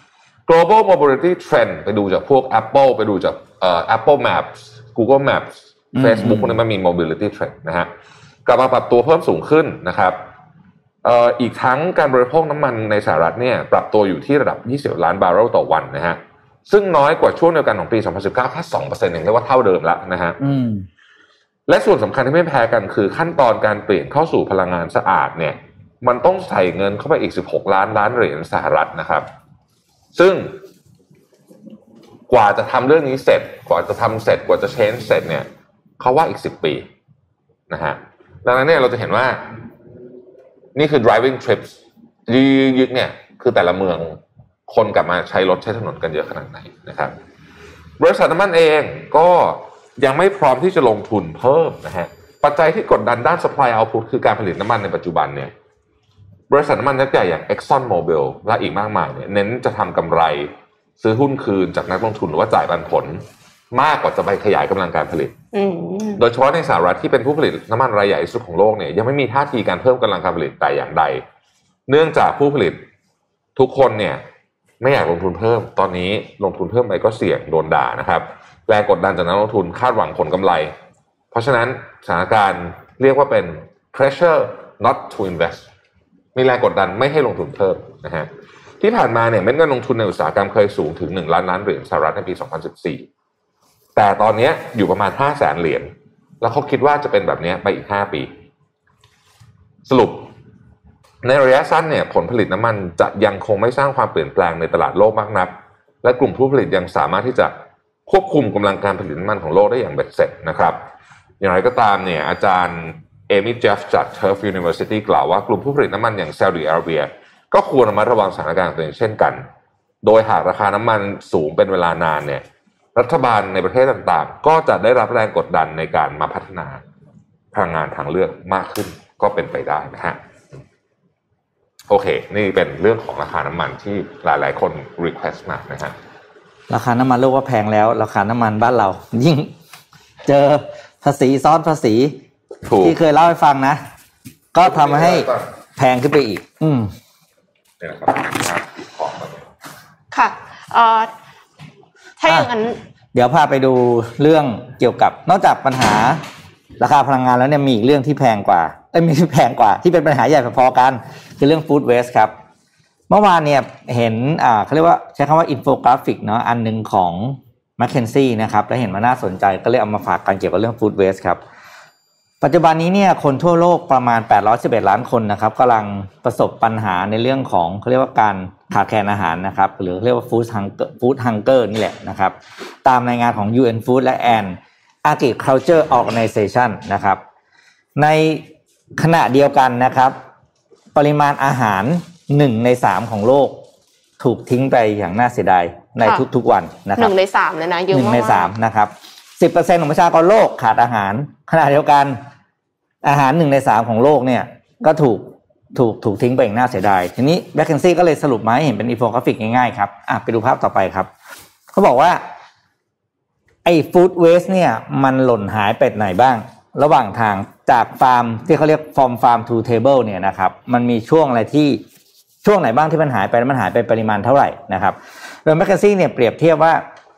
global mobility trend ไปดูจากพวก Apple ไปดูจากเอ่อ Apple Maps Google Maps Facebook พวกนี้มันมี mobility trend นะฮะกลับมาปรับตัวเพิ่มสูงขึ้นนะครับเอ่ออีกทั้งการบริโภคน้ำมันในสหรัฐเนี่ยปรับตัวอยู่ที่ระดับยี่สิบล้านบาร์เรลต่อวันนะฮะซึ่งน้อยกว่าช่วงเดียวกันของปีสองพันสิบเก้าแค่ สองเปอร์เซ็นต์ เองเรียกว่าเท่าเดิมแล้วนะฮะและส่วนสำคัญที่ไม่แพ้กันคือขั้นตอนการเปลี่ยนเข้าสู่พลังงานสะอาดเนี่ยมันต้องใส่เงินเข้าไปอีกสิบหกล้านล้านเหรียญสหรัฐนะครับซึ่งกว่าจะทำเรื่องนี้เสร็จกว่าจะทำเสร็จกว่าจะ change เสร็จเนี่ยเขาว่าอีกสิบปีนะฮะดังนั้นเนี่ยเราจะเห็นว่านี่คือ driving trips ยึกๆเนี่ยคือแต่ละเมืองคนกลับมาใช้รถใช้ถนนกันเยอะขนาดไหนนะครับบริษัทน้ำมันเองก็ยังไม่พร้อมที่จะลงทุนเพิ่มนะฮะปัจจัยที่กดดันด้าน supply output คือการผลิตน้ำมันในปัจจุบันเนี่ยบริษัทน้ำมันยักษ์ใหญ่อย่าง Exxon Mobil และอีกมากมายเนี่ยเน้นจะทำกำไรซื้อหุ้นคืนจากนักลงทุนหรือว่าจ่ายปันผลมากกว่าจะไปขยายกำลังการผลิตโดยเฉพาะในสหรัฐที่เป็นผู้ผลิตน้ำมันรายใหญ่ที่สุดของโลกเนี่ยยังไม่มีท่าทีการเพิ่มกำลังการผลิตแต่อย่างใดเนื่องจากผู้ผลิตทุกคนเนี่ยไม่อยากลงทุนเพิ่มตอนนี้ลงทุนเพิ่มไปก็เสี่ยงโดนด่านะครับแรงกดดันจากนักลงทุนคาดหวังผลกำไรเพราะฉะนั้นสถานการณ์เรียกว่าเป็น pressure not to invest มีแรงกดดันไม่ให้ลงทุนเพิ่มนะฮะที่ผ่านมาเนี่ยเม็ดเงินลงทุนในอุตสาหกรรมเคยสูงถึงหนึ่งล้านล้านเหรียญสหรัฐในปีสองพันสิบสี่แต่ตอนนี้อยู่ประมาณ ห้าแสนเหรียญแล้วเขาคิดว่าจะเป็นแบบนี้ไปอีกห้าปีสรุปในระยะสั้นเนี่ยผลผลิตน้ำมันจะยังคงไม่สร้างความเปลี่ยนแปลงในตลาดโลกมากนักและกลุ่มผู้ผลิตยังสามารถที่จะควบคุมกำลังการผลิตน้ำมันของโลกได้อย่างเบ็ดเสร็จนะครับอย่างไรก็ตามเนี่ยอาจารย์เอมี่เจฟจาก Tufts University กล่าวว่ากลุ่มผู้ผลิตน้ำมันอย่างซาอุดิอาระเบียก็ควรระมัดระวังสถานการณ์ตัวเองเช่นกันโดยหากราคาน้ำมันสูงเป็นเวลานานเนี่ยรัฐบาลในประเทศต่างๆก็จะได้รับแรงกดดันในการมาพัฒนาพลังงานทางเลือกมากขึ้นก็เป็นไปได้นะฮะโอเคนี่เป็นเรื่องของราคาน้ำมันที่หลายๆคน request มานะฮะราคาน้ำมันโลกว่าแพงแล้วราคาน้ำมันบ้านเรายิ่งเจอภาษีซ้อนภาษีที่เคยเล่าให้ฟังนะก็ทำให้แพงขึ้นไปอีกอืมนี่นะครับของค่ะเอ่อถ้าอย่างนั้นเดี๋ยวพาไปดูเรื่องเกี่ยวกับนอกจากปัญหาราคาพลังงานแล้วเนี่ยมีอีกเรื่องที่แพงกว่าเอ้ยไม่ใช่แพงกว่าที่เป็นปัญหาใหญ่พอๆกันคือเรื่อง food waste ครับเมื่อวานเนี่ยเห็นอ่าเขาเรียกว่าใช้คำว่าอินโฟกราฟิกเนาะอันนึงของ McKinsey นะครับแล้วเห็นมาน่าสนใจก็เลยเอามาฝากกันเกี่ยวกับเรื่อง food waste ครับปัจจุบันนี้เนี่ยคนทั่วโลกประมาณแปดร้อยสิบเอ็ดล้านคนนะครับกำลังประสบปัญหาในเรื่องของเขาเรียกว่าการขาดแคลนอาหารนะครับหรือเรียกว่า food hunger food hunger นี่แหละนะครับตามรายงานของ ยู เอ็น Food และ and Agriculture Organization นะครับในขณะเดียวกันนะครับปริมาณอาหารหนึ่งในสามของโลกถูกทิ้งไปอย่างน่าเสียดายในทุกๆวันนะครับหนึ่งในสามเลยนะเยอะมากหนึ่งในสามนะครับ สิบเปอร์เซ็นต์ ของประชากรโลกขาดอาหารขณะเดียวกันอาหารหนึ่งในสามของโลกเนี่ยก็ถูกถูกถูกทิ้งไปอย่างน่าเสียดายทีนี้ McKinsey ก็เลยสรุปมาให้เห็นเป็นอินโฟกราฟิกง่ายๆครับอ่ะไปดูภาพต่อไปครับเขาบอกว่าไอ้ food waste เนี่ยมันหล่นหายไปไหนบ้างระหว่างทางจากฟาร์มที่เขาเรียก from farm to table เนี่ยนะครับมันมีช่วงอะไรที่ช่วงไหนบ้างที่มันหายไปแล้วมันหายไปปริมาณเท่าไหร่นะครับโดย McKinsey เนี่ยเปรียบเทียบว่า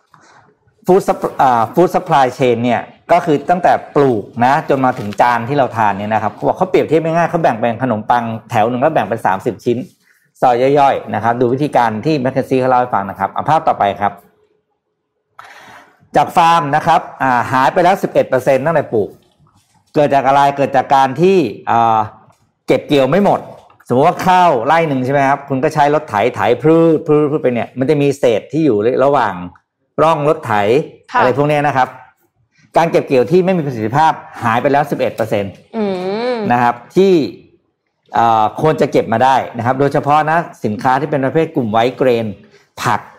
food food supply chain เนี่ยก็คือตั้งแต่ปลูกนะจนมาถึงจานที่เราทานเนี่ยนะครับเขาบอกเขาเปรียบเทียบง่ายๆเขาแบ่งเป็นขนมปังแถวหนึ่งแล้วแบ่งเป็นสามสิบชิ้นซอยย่อยๆนะครับดูวิธีการที่ McKinsey เขาเล่าให้ฟังนะครับเอาภาพต่อไปครับจากฟาร์มนะครับอ่าหายไปแล้ว สิบเอ็ดเปอร์เซ็นต์ ตั้งแต่ปลูกเกิดจากอะไรเกิดจากการที่อ่าเก็บเกี่ยวไม่หมดสมมติว่าข้าวไร่หนึ่งใช่ไหมครับคุณก็ใช้รถไถไถพรืดพรืดพรืดไปเนี่ยมันจะมีเศษที่อยู่ระหว่างร่องรถไถอะไรพวกนี้นะครับการเก็บเกี่ยวที่ไม่มีประสิทธิภาพหายไปแล้ว สิบเอ็ดเปอร์เซ็นต์อืมนะครับที่อ่าควรจะเก็บมาได้นะครับโดยเฉพาะนะสินค้าที่เป็นประเภทกลุ่มไวท์เกรนผัก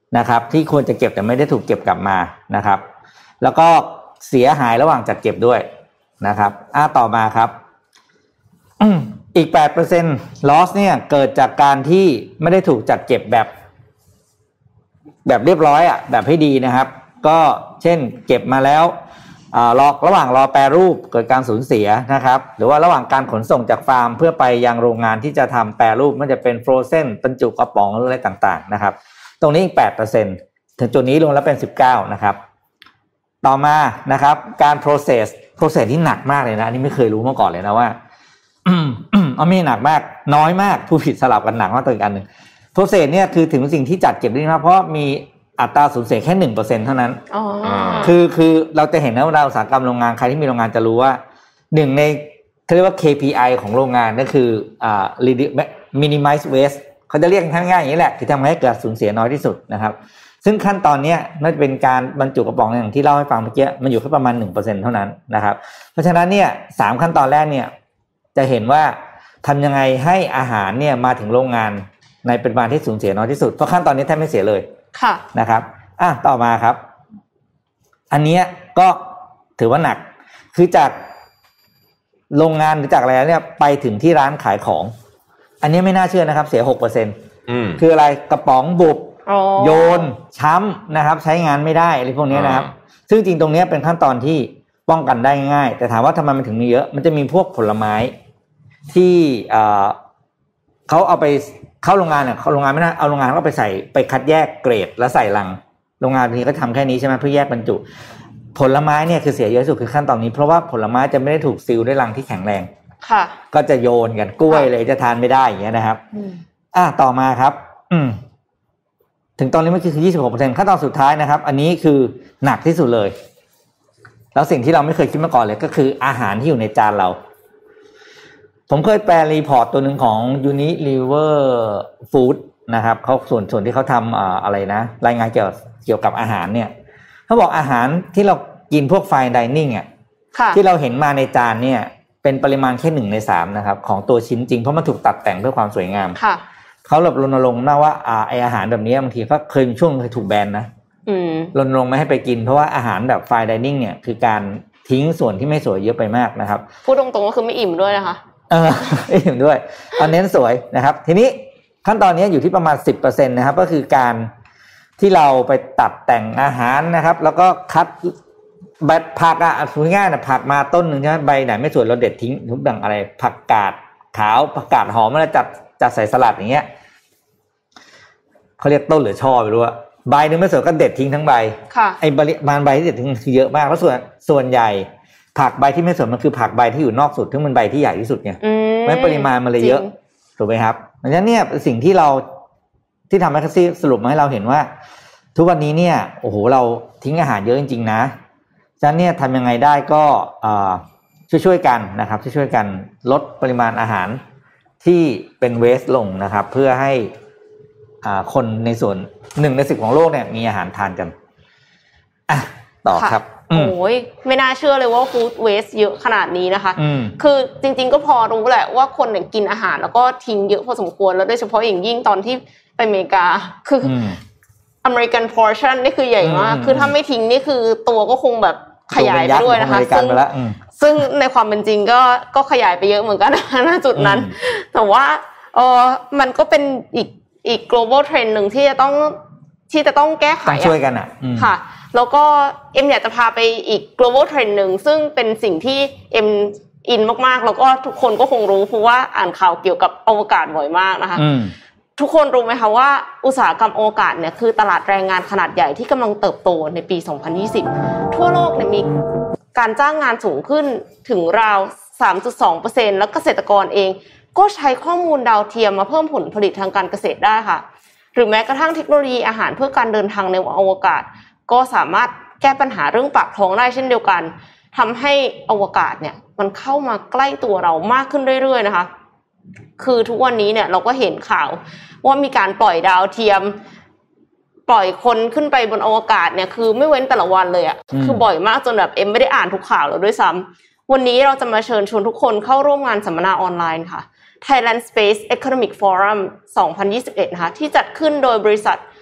นะครับที่ควรจะเก็บแต่ไม่ได้ถูกเก็บกลับมานะครับแล้วก็เสียหายระหว่างจัดเก็บด้วยนะครับอ่ะต่อมาครับอีก แปดเปอร์เซ็นต์ loss เนี่ยเกิดจากการที่ไม่ได้ถูกจัดเก็บแบบแบบเรียบร้อยอ่ะแบบให้ดีนะครับก็เช่นเก็บมาแล้วอ่ารอระหว่างรอแปรรูปเกิดการสูญเสียนะครับหรือว่าระหว่างการขนส่งจากฟาร์มเพื่อไปยังโรงงานที่จะทำแปรรูปมันจะเป็นฟรอเซนบรรจุกระป๋องหรืออะไรต่างๆนะครับตรงนี้อีก แปดเปอร์เซ็นต์ ถึงจุดนี้รวมแล้วเป็นสิบเก้านะครับต่อมานะครับการ process process ที่หนักมากเลยนะอันนี้ไม่เคยรู้มาก่อนเลยนะว่าอืมอืมเอาไม่หนักมากน้อยมากผู้ผิดสลับกันหนักมากตัวอีกอันนึง process เนี่ยคือถึงสิ่งที่จัดเก็บได้มากเพราะมีอัตราสูญเสียแค่ หนึ่งเปอร์เซ็นต์ เท่านั้นอ๋อคือคือเราจะเห็นนะว่าอุตสาหกรรมโรงงานใครที่มีโรงงานจะรู้ว่าหนึ่งในเขาเรียกว่า เค พี ไอ ของโรงงานนั่นคืออ่า minimize waste เขาจะเรียกง่ายๆอย่างนี้แหละคือทำให้เกิดสูญเสียน้อยที่สุดนะครับซึ่งขั้นตอนนี้มันเป็นการบรรจุกระป๋องอย่างที่เล่าให้ฟังเมื่อกี้มันอยู่แค่ประมาณ หนึ่งเปอร์เซ็นต์ เท่านั้นนะครับเพราะฉะนั้นเนี่ยสามขั้นตอนแรกเนี่ยจะเห็นว่าทำยังไงให้อาหารเนี่ยมาถึงโรงงานในปริมาณที่สูญเสียน้อยที่สุดเพราะขั้นตอนนี้แทบไม่เสียเลยค่ะนะครับอ่ะต่อมาครับอันนี้ก็ถือว่าหนักคือจากโรงงานหรือจากอะไรเนี่ยไปถึงที่ร้านขายของอันนี้ไม่น่าเชื่อนะครับเสีย หกเปอร์เซ็นต์ อืมคืออะไรกระป๋องบุบโยนช้ำนะครับใช้งานไม่ได้อะไรพวกนี้นะครับซึ่งจริงตรงนี้เป็นขั้นตอนที่ป้องกันได้ง่ายแต่ถามว่าทำไมมันถึงมีเยอะมันจะมีพวกผลไม้ที่เอ่อเขาเอาไปเข้าโรงงานเนี่ยโรงงานไม่น่าเอาโรงงานก็ไปใส่ไปคัดแยกเกรดแล้วใส่ลังโรงงานบางทีก็ทำแค่นี้ใช่ไหมเพื่อแยกบรรจุผลไม้เนี่ยคือเสียเยอะที่สุดคือขั้นตอนนี้เพราะว่าผลไม้จะไม่ได้ถูกซีลด้วยลังที่แข็งแรงค่ะก็จะโยนกันกล้วยเลยจะทานไม่ได้อย่างเงี้ยนะครับอ่ะต่อมาครับอืมถึงตอนนี้มันคือ ยี่สิบหกเปอร์เซ็นต์ ขั้นตอนสุดท้ายนะครับอันนี้คือหนักที่สุดเลยแล้วสิ่งที่เราไม่เคยคิดมาก่อนเลยก็คืออาหารที่อยู่ในจานเราผมเคยแปลรีพอร์ตตัวหนึ่งของ Unilever Food นะครับเขาส่วนส่วนที่เขาทำอ่าอะไรนะรายงานเกี่ยวเกี่ยวกับอาหารเนี่ยเขาบอกอาหารที่เรากินพวก Fine Dining อ่ะที่เราเห็นมาในจานเนี่ยเป็นปริมาณแค่หนึ่งในสามนะครับของตัวชิ้นจริงเพราะมันถูกตัดแต่งเพื่อความสวยงามเขาแบบรณรงค์นะว่าอ่าไออาหารแบบนี้บางทีก็เคยมีช่วงเคยถูกแบนนะรณรงค์ไม่ให้ไปกินเพราะว่าอาหารแบบ Fine Dining เนี่ยคือการทิ้งส่วนที่ไม่สวยเยอะไปมากนะครับพูดตรงๆก็คือไม่อิ่มด้วยนะคะเออไม่อิ่มด้วยเอาเน้นสวยนะครับทีนี้ขั้นตอนนี้อยู่ที่ประมาณ สิบเปอร์เซ็นต์ นะครับก็คือการที่เราไปตัดแต่งอาหารนะครับแล้วก็คัดใบผักอ่ะพูดง่ายๆนะผักมาต้นนึงใช่ไหมใบไหนไม่สวยเราเด็ดทิ้งทุกอย่างอะไรผักกาดขาวผักกาดหอมเราจัดจัดใส่สลัดอย่างเงี้ยเขาเรียกต้นหรือช่อไม่รู้อะใบนึงไม่สวยก็เด็ดทิ้งทั้งใบไอ้ปริมาณใบที่เด็ดทิ้งคือเยอะมากแล้วส่วนส่วนใหญ่ผักใบที่ไม่สวยมันคือผักใบที่อยู่นอกสุดซึ่งมันใบที่ใหญ่ที่สุดไงไม่ปริมาณมันเลยเยอะถูกไหมครับดังนั้นเนี่ยสิ่งที่เราที่ทำให้คัสซี่สรุปมาให้เราเห็นว่าทุกวันนี้เนี่ยโอ้โหเราทิ้งอาหารเยอะจริงๆนะฉะนั้นเนี่ยทำยังไงได้ก็ช่วยๆกันนะครับช่วยๆกันลดปริมาณอาหารที่เป็นเวสต์ลงนะครับเพื่อให้คนในส่วนหนึ่งในสิบของโลกเนี่ยมีอาหารทานกันอ่ะต่อครับโอ้ยไม่น่าเชื่อเลยว่าฟู้ดเวสต์เยอะขนาดนี้นะคะคือจริงๆก็พอรู้แหละว่าคนเนี่ยกินอาหารแล้วก็ทิ้งเยอะพอสมควรแล้วโดยเฉพาะอย่างยิ่งตอนที่ไปอเมริกาคืออเมริกันพอร์ชั่นนี่คือใหญ่มากคือถ้าไม่ทิ้งนี่คือตัวก็คงแบบขยายไปด้วยนะคะซึ่งซึ่งในความเป็นจริงก็ก็ขยายไปเยอะเหมือนกันณจุดนั้นแต่ว่าเออมันก็เป็นอีกอีก global trend นึงที่จะต้องที่จะต้องแก้ไขช่วยกันอ่ะค่ะแล้วก็เอ็มอยากจะพาไปอีก global trend นึงซึ่งเป็นสิ่งที่เอ็มอินมากๆแล้วก็ทุกคนก็คงรู้เพราะว่าอ่านข่าวเกี่ยวกับอวกาศบ่อยมากนะคะทุกคนรู้ไหมคะว่าอุตสาหกรรมอวกาศเนี่ยคือตลาดแรงงานขนาดใหญ่ที่กำลังเติบโตในปีสองพันยี่สิบทั่วโลกเนี่ยมีการจ้างงานสูงขึ้นถึงราว สามจุดสองเปอร์เซ็นต์ แล้วเกษตรกรเองก็ใช้ข้อมูลดาวเทียมมาเพิ่มผลผลิตทางการเกษตรได้ค่ะหรือแม้กระทั่งเทคโนโลยีอาหารเพื่อการเดินทางในอวกาศก็สามารถแก้ปัญหาเรื่องปากท้องได้เช่นเดียวกันทำให้อวกาศเนี่ยมันเข้ามาใกล้ตัวเรามากขึ้นเรื่อยๆนะคะคือทุกวันนี้เนี่ยเราก็เห็นข่าวว่ามีการปล่อยดาวเทียมปล่อยคนขึ้นไปบนอวกาศเนี่ยคือไม่เว้นแต่ละวันเลยอ่ะคือบ่อยมากจนแบบเอ็มไม่ได้อ่านทุกข่าวแล้วด้วยซ้ำวันนี้เราจะมาเชิญชวนทุกคนเข้าร่วมงานสัมมนาออนไลน์ค่ะ Thailand Space Economic Forum สองพันยี่สิบเอ็ดนะคะที่จัดขึ้นโดยบริษัท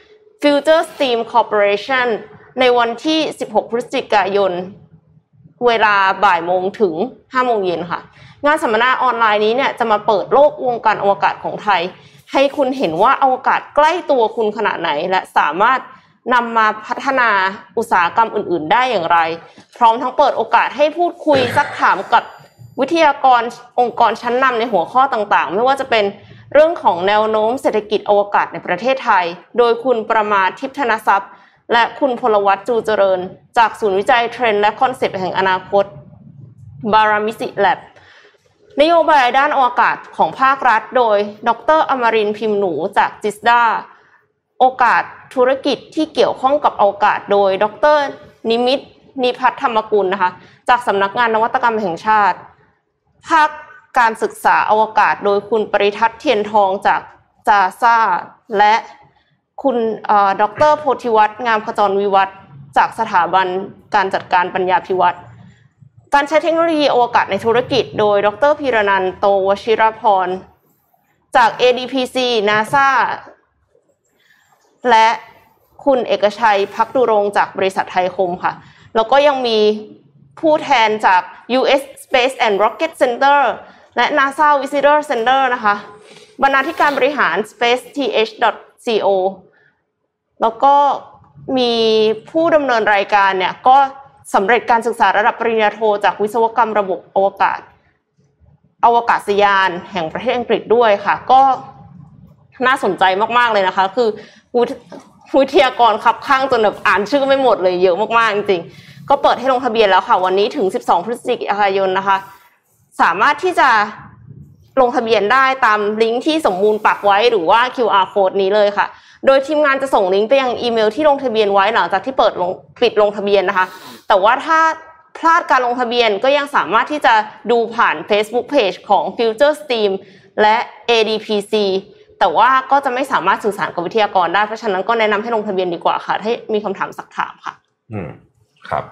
FutureStream Corporation ในวันที่สิบหกพฤศจิกายนเวลาบ่ายโมงถึงห้าโมงเย็นค่ะงานสัมมนาออนไลน์นี้เนี่ยจะมาเปิดโลกวงการอวกาศของไทยให้คุณเห็นว่าอวกาศใกล้ตัวคุณขนาดไหนและสามารถนำมาพัฒนาอุตสาหกรรมอื่นๆได้อย่างไรพร้อมทั้งเปิดโอกาสให้พูดคุยซักถามกับวิทยากรองค์กรชั้นนำในหัวข้อต่างๆไม่ว่าจะเป็นเรื่องของแนวโน้มเศรษฐกิจอวกาศในประเทศไทยโดยคุณประมาททิพย์ธนทรัพย์และคุณพลวัฒน์จูเจริญจากศูนย์วิจัยเทรนด์และคอนเซปต์แห่งอนาคตบารามิสิแลบนโยบายด้านอวกาศของภาครัฐโดยดร.อมรินทร์พิมพ์หนูจากจิสดาโอกาสธุรกิจที่เกี่ยวข้องกับอวกาศโดยดร.นิมิตรนิพัฒน์ธรรมกุลนะคะจากสำนักงานนวัตกรรมแห่งชาติภาคการศึกษาอวกาศโดยคุณปริทัศน์เทียนทองจากจาซ่าและคุณดร.โพธิวัฒน์งามขจรวิวัฒน์จากสถาบันการจัดการปัญญาภิวัตรการใช้เทคโนโลยีอวกาศในธุรกิจโดยดร.พีรนันท์โตวชิรพรจาก เอ ดี พี ซี NASA และคุณเอกชัยภักดุรงค์จากบริษัทไทยคมค่ะแล้วก็ยังมีผู้แทนจาก ยู เอส Space and Rocket Center และ NASA Visitor Center นะคะบรรณาธิการบริหาร สเปซ ที เอช ดอท ซี โอ แล้วก็มีผู้ดำเนินรายการเนี่ยก็สำเร็จการศึกษาระดับปริญญาโทจากวิศวกรรมระบบอวกาศอวกาศยานแห่งประเทศอังกฤษด้วยค่ะก็น่าสนใจมากๆเลยนะคะคือวิทยากรคับข้างจนแบบอ่านชื่อไม่หมดเลยเยอะมากๆจริงๆก็เปิดให้ลงทะเบียนแล้วค่ะวันนี้ถึงสิบสองพฤศจิกายนนะคะสามารถที่จะลงทะเบียนได้ตามลิงก์ที่สมมูลปักไว้หรือว่า คิว อาร์ Code นี้เลยค่ะโดยทีมงานจะส่งลิงก์ไปยังอีเมลที่ลงทะเบียนไว้หลังจากที่เปิดลงปิดลงทะเบียนนะคะแต่ว่าถ้าพลาดการลงทะเบียนก็ยังสามารถที่จะดูผ่าน Facebook Page ของ FutureStream และ เอ ดี พี ซี แต่ว่าก็จะไม่สามารถสื่อสารกับวิทยากรได้เพราะฉะนั้นก็แนะนำให้ลงทะเบียนดีกว่าค่ะถ้ามีคำถามสักถามค่ะอืมครับ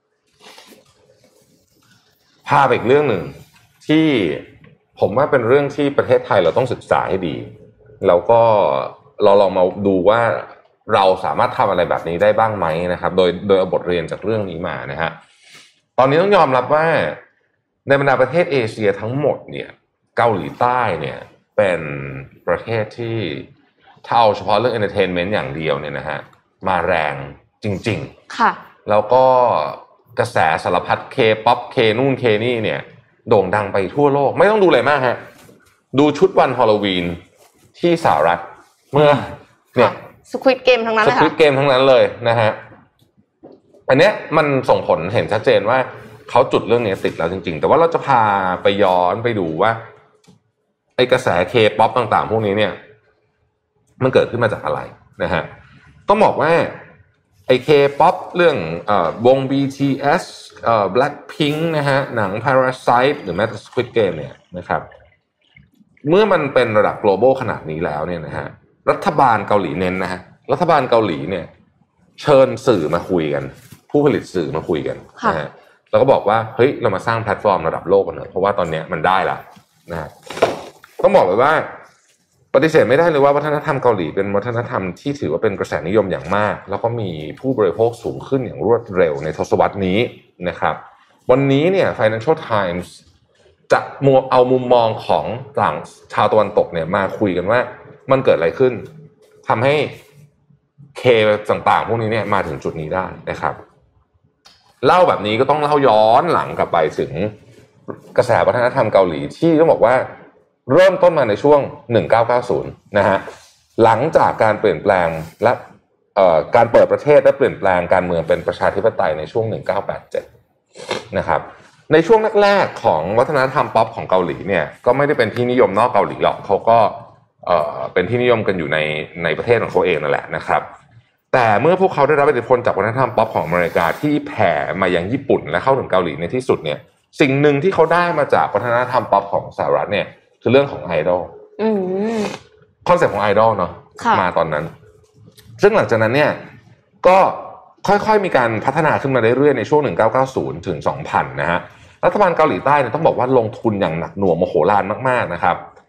พาไปอีกเรื่องหนึ่งที่ผมว่าเป็นเรื่องที่ประเทศไทยเราต้องศึกษาให้ดีแล้วก็เราลองมาดูว่าเราสามารถทำอะไรแบบนี้ได้บ้างไหมนะครับโดยโดยเอาบทเรียนจากเรื่องนี้มานะฮะตอนนี้ต้องยอมรับว่าในบรรดาประเทศเอเชียทั้งหมดเนี่ยเกาหลีใต้เนี่ยเป็นประเทศที่ถ้าเอาเฉพาะเรื่อง entertainment อย่างเดียวเนี่ยนะฮะมาแรงจริงๆค่ะแล้วก็กระแสสารพัด K-pop K นู่น K นี่เนี่ยโด่งดังไปทั่วโลกไม่ต้องดูอะไรมากฮะดูชุดวันฮาโลวีนที่สหรัฐเมื่อเนี่ยสควิดเกมทั้งนั้นเลยค่ะสควิดเกมทั้งนั้นเลยนะฮะอันเนี้ยมันส่งผลเห็นชัดเจนว่าเขาจุดเรื่องนี้ติดแล้วจริงๆแต่ว่าเราจะพาไปย้อนไปดูว่าไอ้กระแส K-pop ต่างๆพวกนี้เนี่ยมันเกิดขึ้นมาจากอะไรนะฮะต้องบอกว่าไอ้ K-pop เรื่องเอ่อวง บี ที เอส เอ่อ Blackpink นะฮะหนัง Parasite หรือแม้แต่ Squid Game เนี่ยนะครับเมื่อมันเป็นระดับ global ขนาดนี้แล้วเนี่ยนะฮะรัฐบาลเกาหลีเน้นนะฮะรัฐบาลเกาหลีเนี่ยเชิญสื่อมาคุยกันผู้ผลิตสื่อมาคุยกันนะฮะแล้วก็บอกว่าเฮ้ยเรามาสร้างแพลตฟอร์มระดับโลกกันเถอะเพราะว่าตอนนี้มันได้ละนะฮะต้องบอกเลยว่าปฏิเสธไม่ได้เลยว่าวัฒนธรรมเกาหลีเป็นวัฒนธรรมที่ถือว่าเป็นกระแสนิยมอย่างมากแล้วก็มีผู้บริโภคสูงขึ้นอย่างรวดเร็วในทศวรรษนี้นะครับวันนี้เนี่ย Financial Times จะมัวเอามุมมองของต่างชาวตะวันตกเนี่ยมาคุยกันว่ามันเกิดอะไรขึ้นทำให้เคต่างๆพวกนี้เนี่ยมาถึงจุดนี้ได้นะครับเล่าแบบนี้ก็ต้องเล่าย้อนหลังกลับไปถึงกระแสวัฒนธรรมเกาหลีที่ต้องบอกว่าเริ่มต้นมาในช่วงหนึ่งเก้าเก้าศูนย์นะฮะหลังจากการเปลี่ยนแปลงและเอ่อการเปิดประเทศและเปลี่ยนแปลงการเมืองเป็นประชาธิปไตยในช่วงหนึ่งเก้าแปดเจ็ดนะครับในช่วงแรกๆของวัฒนธรรมป๊อปของเกาหลีเนี่ยก็ไม่ได้เป็นที่นิยมนอกเกาหลีหรอกเขาก็เอ่อเป็นที่นิยมกันอยู่ในในประเทศของเขาเองนั่นแหละนะครับแต่เมื่อพวกเขาได้รับอิทธิพลจากวัฒนธรรมป๊อปของอเมริกาที่แผ่มายังญี่ปุ่นและเข้าถึงเกาหลีในที่สุดเนี่ยสิ่งหนึ่งที่เขาได้มาจากวัฒนธรรมป๊อปของสหรัฐเนี่ยคือเรื่องของไอดอลคอนเซ็ปต์ของไอดอลเนาะมาตอนนั้นซึ่งหลังจากนั้นเนี่ยก็ค่อยๆมีการพัฒนาขึ้นมาเรื่อยๆในช่วงหนึ่งเก้าเก้าศูนย์ถึงสองพันนะฮะรัฐบาลเกาหลีใต้เนี่ยต้องบอกว่าลงทุนอย่างหนักหน่วงมโหฬารมากๆนะครับ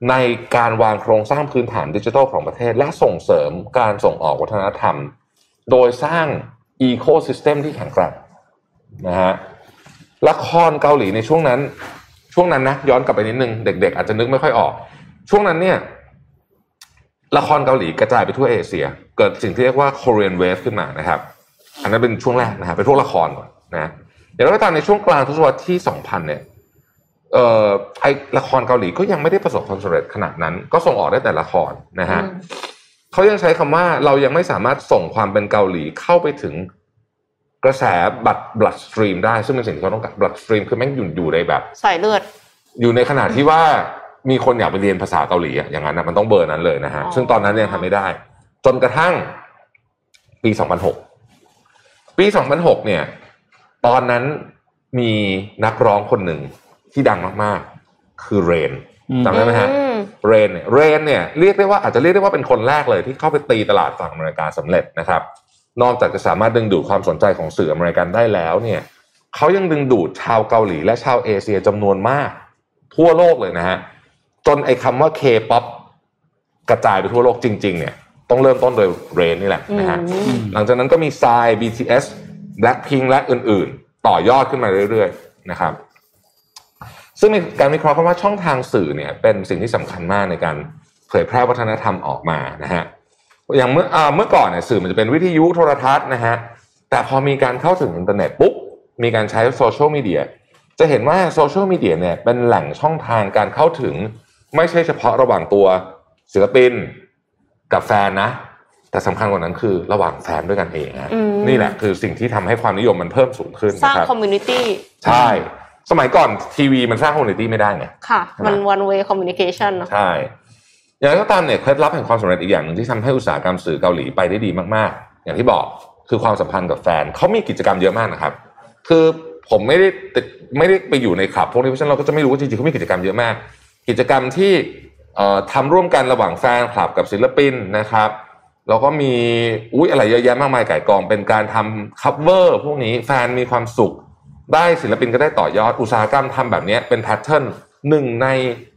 ในการวางโครงสร้างพื้นฐานดิจิทัลของประเทศและส่งเสริมการส่งออกวัฒนธรรมโดยสร้างอีโคซิสเต็มที่แข็งแกร่งนะฮะละครเกาหลีในช่วงนั้นช่วงนั้นนะย้อนกลับไปนิดนึงเด็กๆอาจจะนึกไม่ค่อยออกช่วงนั้นเนี่ยละครเกาหลีกระจายไปทั่วเอเชียเกิดสิ่งที่เรียกว่า Korean Wave ขึ้นมานะครับอันนั้นเป็นช่วงแรกนะฮะเป็นพวกละครก่อนนะอย่างไรก็ตามในช่วงกลางทศวรรษที่สองพันเนี่ยเอ่อไอละครเกาหลีก็ยังไม่ได้ประสบความสำเร็จขนาดนั้นก็ส่งออกได้แต่ละครนะฮะเขายังใช้คำว่าเรายังไม่สามารถส่งความเป็นเกาหลีเข้าไปถึงกระแสบัตร blood stream ได้ซึ่งเป็นสิ่งที่เขาต้องการ blood stream คือแม่งอยู่อยู่ในแบบสายเลือดอยู่ในขนาดที่ว่ามีคนอยากไปเรียนภาษาเกาหลีอย่างนั้นนะมันต้องเบอร์นั้นเลยนะฮะซึ่งตอนนั้นยังทำไม่ได้จนกระทั่งปีสองพันหกปีสองพันหกเนี่ยตอนนั้นมีนักร้องคนหนึ่งที่ดังมากๆคือเรนจำได้ไหมฮะเรนเนี่ยเรนเนี่ยเรียกได้ว่าอาจจะเรียกได้ว่าเป็นคนแรกเลยที่เข้าไปตีตลาดฝั่งอเมริกาสำเร็จนะครับนอกจากจะสามารถดึงดูดความสนใจของสื่ออเมริกันได้แล้วเนี่ยเขายังดึงดูดชาวเกาหลีและชาวเอเชียจำนวนมากทั่วโลกเลยนะฮะจนไอ้คำว่า K-pop กระจายไปทั่วโลกจริงๆเนี่ยต้องเริ่มต้นโดยเรนนี่แหละนะฮะหลังจากนั้นก็มี ไซ บี ที เอส Blackpink และอื่นๆต่อยอดขึ้นมาเรื่อยๆนะครับซึ่งมีการวิเคราะห์ว่าช่องทางสื่อเนี่ยเป็นสิ่งที่สำคัญมากในการเผยแพร่วัฒนธรรมออกมานะฮะอย่างเมื่ออ่าเมื่อก่อนเนี่ยสื่อมันจะเป็นวิทยุโทรทัศน์นะฮะแต่พอมีการเข้าถึงอินเทอร์เน็ตปุ๊บมีการใช้โซเชียลมีเดียจะเห็นว่าโซเชียลมีเดียเนี่ยเป็นแหล่งช่องทางการเข้าถึงไม่ใช่เฉพาะระหว่างตัวศิลปินกับแฟนนะแต่สำคัญกว่านั้นคือระหว่างแฟนด้วยกันเองฮะนี่แหละคือสิ่งที่ทำให้ความนิยมมันเพิ่มสูงขึ้นสร้างคอมมูนิตี้ใช่สมัยก่อนทีวีมันสร้างคอมมูนิตี้ไม่ได้ไงค่ะมัน one way communication เนาะใช่อย่างไรก็ตามเนี่ยเคล็ดลับแห่งความสำเร็จอีกอย่างหนึ่งที่ทำให้อุตสาหกรรมสื่อเกาหลีไปได้ดีมากๆอย่างที่บอกคือความสัมพันธ์กับแฟนเขามีกิจกรรมเยอะมากนะครับคือผมไม่ได้ไม่ได้ไปอยู่ในคลับพวกนี้เพราะฉะนั้นเราก็จะไม่รู้ว่าจริงๆเขามีกิจกรรมเยอะมากกิจกรรมที่เอ่อทำร่วมกันระหว่างแฟนคลับกับศิลปินนะครับแล้วก็มีอุ๊ยอะไรเยอะแยะมากมายไก่กองเป็นการทำคัฟเวอร์พวกนี้แฟนมีความสุขได้ศิลปินก็ได้ต่อยอดอุตสาหกรรมทำแบบนี้เป็นแพทเทิร์นหนึ่งใน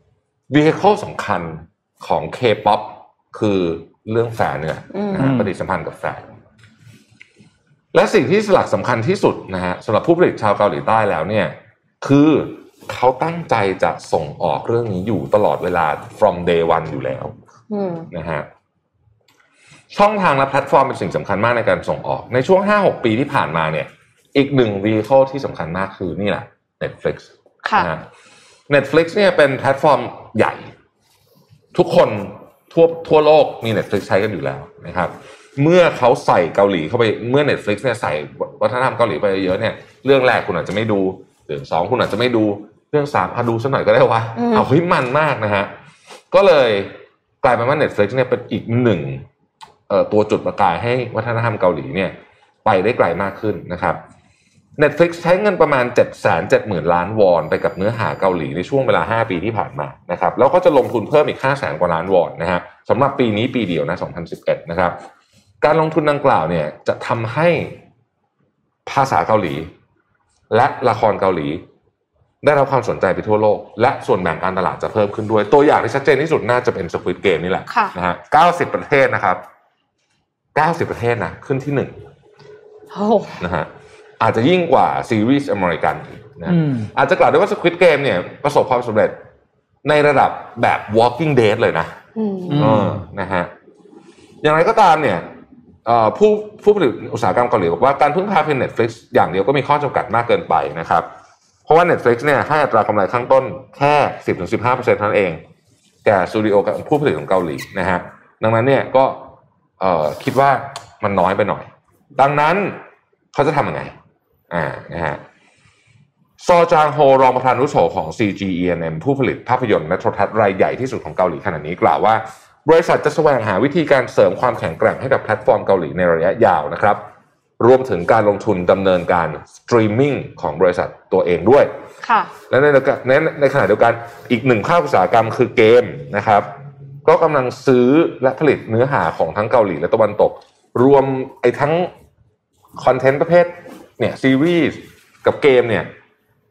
vehicle สำคัญของ K-pop คือเรื่องแฟนเนี่ยนะฮะปฏิสัมพันธ์กับแฟนและสิ่งที่สลักสำคัญที่สุดนะฮะสำหรับผู้ผลิตชาวเกาหลีใต้แล้วเนี่ยคือเขาตั้งใจจะส่งออกเรื่องนี้อยู่ตลอดเวลา from day one อยู่แล้วนะฮะช่องทางและแพลตฟอร์มเป็นสิ่งสำคัญมากในการส่งออกในช่วง ห้าหก ปีที่ผ่านมาเนี่ยอีกหนึ่ง vehicle ที่สำคัญมากคือนี่แหละ Netflix ค่ะนะฮะ Netflix เนี่ยเป็นแพลตฟอร์มใหญ่ทุกคนทั่วทั่วโลกมี Netflix ใช้กันอยู่แล้วนะครับเมื่อเขาใส่เกาหลีเข้าไปเมื่อ Netflix เนี่ยใส่วัฒนธรรมเกาหลีไปเยอะเนี่ยเรื่องแรกคุณอาจจะไม่ดูเรื่องสองคุณอาจจะไม่ดูเรื่องสามพาดูสักหน่อยก็ได้วะเอาเฮ้ยมันมากนะฮะก็เลยกลายเป็นว่า Netflix เนี่ยเป็นอีกหนึ่งเอ่อตัวจุดประกายให้วัฒนธรรมเกาหลีเนี่ยไปได้ไกลมากขึ้นนะครับ Netflix ใช้เงินประมาณ เจ็ดแสนเจ็ดหมื่น ล้านวอนไปกับเนื้อหาเกาหลีในช่วงเวลาห้าปีที่ผ่านมานะครับแล้วก็จะลงทุนเพิ่มอีก ห้าแสน กว่าล้านวอนนะฮะสำหรับปีนี้ปีเดียวนะสองพันสิบเอ็ดนะครับการลงทุนดังกล่าวเนี่ยจะทำให้ภาษาเกาหลีและละครเกาหลีได้รับความสนใจไปทั่วโลกและส่วนแบ่งการตลาดจะเพิ่มขึ้นด้วยตัวอย่างที่ชัดเจนที่สุดน่าจะเป็น Squid Game นี่แหละนะฮะเก้าสิบประเทศนะครับเก้าสิบประเทศนะขึ้นที่หนึ่งโอ้นะฮะอาจจะยิ่งกว่าซีรีส์อเมริกันนะอาจจะกล่าวได้ว่า Squid Game เนี่ยประสบความสำเร็จในระดับแบบ Walking Dead เลยนะอืมนะฮะอย่างไรก็ตามเนี่ยผู้ผู้ผลิตอุตสาหกรรมเกาหลีบอกว่าการพึ่งพาเพียง Netflix อย่างเดียวก็มีข้อจำกัดมากเกินไปนะครับเพราะว่า Netflix เนี่ยให้อัตรากำไรข้างต้นแค่ สิบถึงสิบห้าเปอร์เซ็นต์ เท่านั้นเองแก่สตูดิโอกับผู้ผลิตของเกาหลีนะฮะดังนั้นเนี่ยก็เอ่อคิดว่ามันน้อยไปหน่อยดังนั้นเขาจะทำยังไงอ่านะฮะซอจางโฮรองประธานอาวุโสของ ซี จี อี เอ็น เอ็ม ผู้ผลิตภาพยนตร์และโทรทัศน์รายใหญ่ที่สุดของเกาหลีขณะนี้กล่าวว่าบริษัทจะแสวงหาวิธีการเสริมความแข็งแกร่งให้กับแพลตฟอร์มเกาหลีในระยะยาวนะครับรวมถึงการลงทุนดำเนินการสตรีมมิ่งของบริษัทตัวเองด้วยค่ะและในในในขณะเดียวกันอีกหนึ่งภาคอุตสาหกรรมคือเกมนะครับก็กำลังซื้อและผลิตเนื้อหาของทั้งเกาหลีและตะวันตกรวมไอ้ทั้งคอนเทนต์ประเภทเนี่ยซีรีส์กับเกมเนี่ย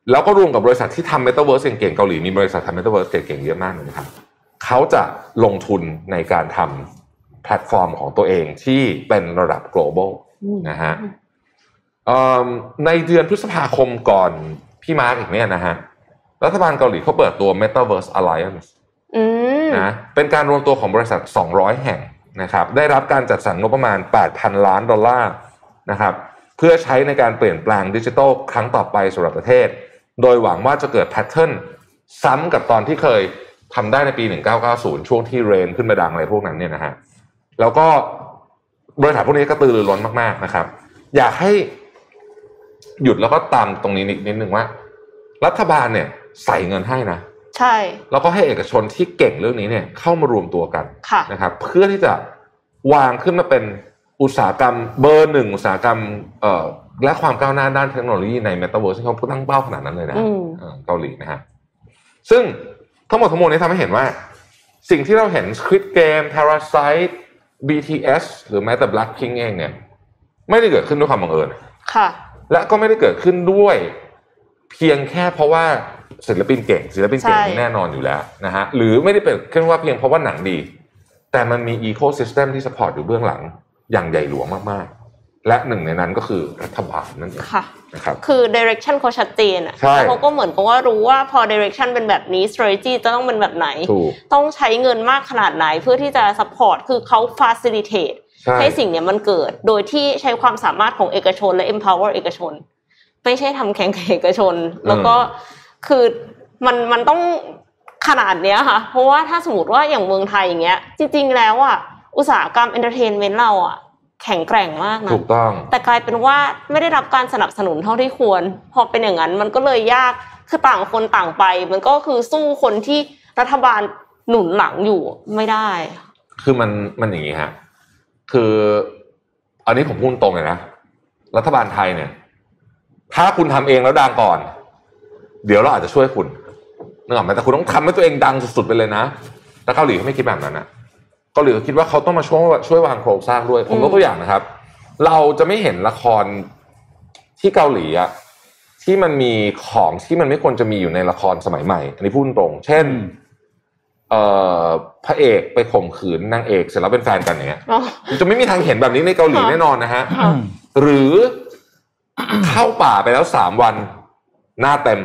แล้วก็รวมกับบริษัทที่ทำ Metaverse เก่งๆเกาหลีมีบริษัททำ Metaverse เก่งๆเยอะมากเลยนะครับเขาจะลงทุนในการทำแพลตฟอร์มของตัวเองที่เป็นระดับ global นะฮะในเดือนพฤษภาคมก่อนพี่มาร์กอีกเนี่ยนะฮะรัฐบาลเกาหลีเขาเปิดตัว Metaverse Alliance นะเป็นการรวมตัวของบริษัทสองร้อยแห่งนะครับได้รับการจัดสรรงบประมาณ แปดพัน ล้านดอลลาร์นะครับเพื่อใช้ในการเปลี่ยนแปลงดิจิทัลครั้งต่อไปสำหรับประเทศโดยหวังว่าจะเกิดแพทเทิร์นซ้ำกับตอนที่เคยทำได้ในปีหนึ่งเก้าเก้าศูนย์ช่วงที่เรนขึ้นมาดังอะไรพวกนั้นเนี่ยนะฮะแล้วก็บริษัทพวกนี้ก็ตือรือร้นมากๆนะครับอยากให้หยุดแล้วก็ตามตรงนี้นิดนึงว่ารัฐบาลเนี่ยใส่เงินให้นะใช่แล้วก็ให้เอกชนที่เก่งเรื่องนี้เนี่ยเข้ามารวมตัวกันนะครับเพื่อที่จะวางขึ้นมาเป็นอุตสาหกรรมเบอร์หนึ่งอุตสาหกรรมเอ่อและความก้าวหน้าด้านเทคโนโลยีใน Metaverse ที่เขาตั้งเป้าขนาดนั้นเลยนะเกาหลีนะฮะซึ่งทั้งหมดทั้งมวลนี้ทำให้เห็นว่าสิ่งที่เราเห็น Squid Game Parasite บี ที เอส หรือแม้แต่ Blackpink เองเนี่ยไม่ได้เกิดขึ้นด้วยความบังเอิญค่ะและก็ไม่ได้เกิดขึ้นด้วยเพียงแค่เพราะว่าศิลปินเก่งศิลปินเก่งนี่แน่นอนอยู่แล้วนะฮะหรือไม่ได้เป็นแค่ว่าเพียงเพราะว่าหนังดีแต่มันมีอีโคซิสเต็มที่ซัพพอร์ตอยู่เบื้องหลังอย่างใหญ่หลวงมากๆและหนึ่งในนั้นก็คือรัฐบาลนั่นเองนะครับคือ direction เขาชัดเจนอ่ะแล้วเขาก็เหมือนกับว่ารู้ว่าพอ direction เป็นแบบนี้ strategy จะต้องเป็นแบบไหนต้องใช้เงินมากขนาดไหนเพื่อที่จะ support คือเขา facilitate ให้สิ่งเนี้ยมันเกิดโดยที่ใช้ความสามารถของเอกชนและ empower เอกชนไม่ใช่ทำแข่งกับเอกชนแล้วก็คือมันมันต้องขนาดเนี้ยค่ะเพราะว่าถ้าสมมติว่าอย่างเมืองไทยอย่างเงี้ยจริงๆแล้วอ่ะอุตสาหกรรมเอนเตอร์เทนเมนต์เราอ่ะแข็งแกร่งมากนะถูกต้องแต่กลายเป็นว่าไม่ได้รับการสนับสนุนเท่าที่ควรพอเป็นอย่างนั้นมันก็เลยยากคือต่างคนต่างไปมันก็คือสู้คนที่รัฐบาลหนุนหลังอยู่ไม่ได้คือมันมันอย่างงี้ฮะคืออันนี้ผมพูดตรงเลยนะรัฐบาลไทยเนี่ยถ้าคุณทำเองแล้วดังก่อนเดี๋ยวเราอาจจะช่วยคุณนึกออกไหมแต่คุณต้องทำให้ตัวเองดังสุดๆไปเลยนะแต่เกาหลีเขาไม่คิดแบบนั้นนะเกาหลีเขาคิดว่าเขาต้องมาช่วยช่วยวางโครงสร้างด้วยผมยกตัวอย่างนะครับเราจะไม่เห็นละครที่เกาหลีอะที่มันมีของที่มันไม่ควรจะมีอยู่ในละครสมัยใหม่อันนี้พูดตรงเช่นเอ่อพระเอกไปข่มขืนนางเอกเสร็จแล้วเป็นแฟนกันอย่างเงี้ยจะไม่มีทางเห็นแบบนี้ในเกาหลีแน่นอนนะฮะหรือเข้าป่าไปแล้วสามวันหน้าเต็ม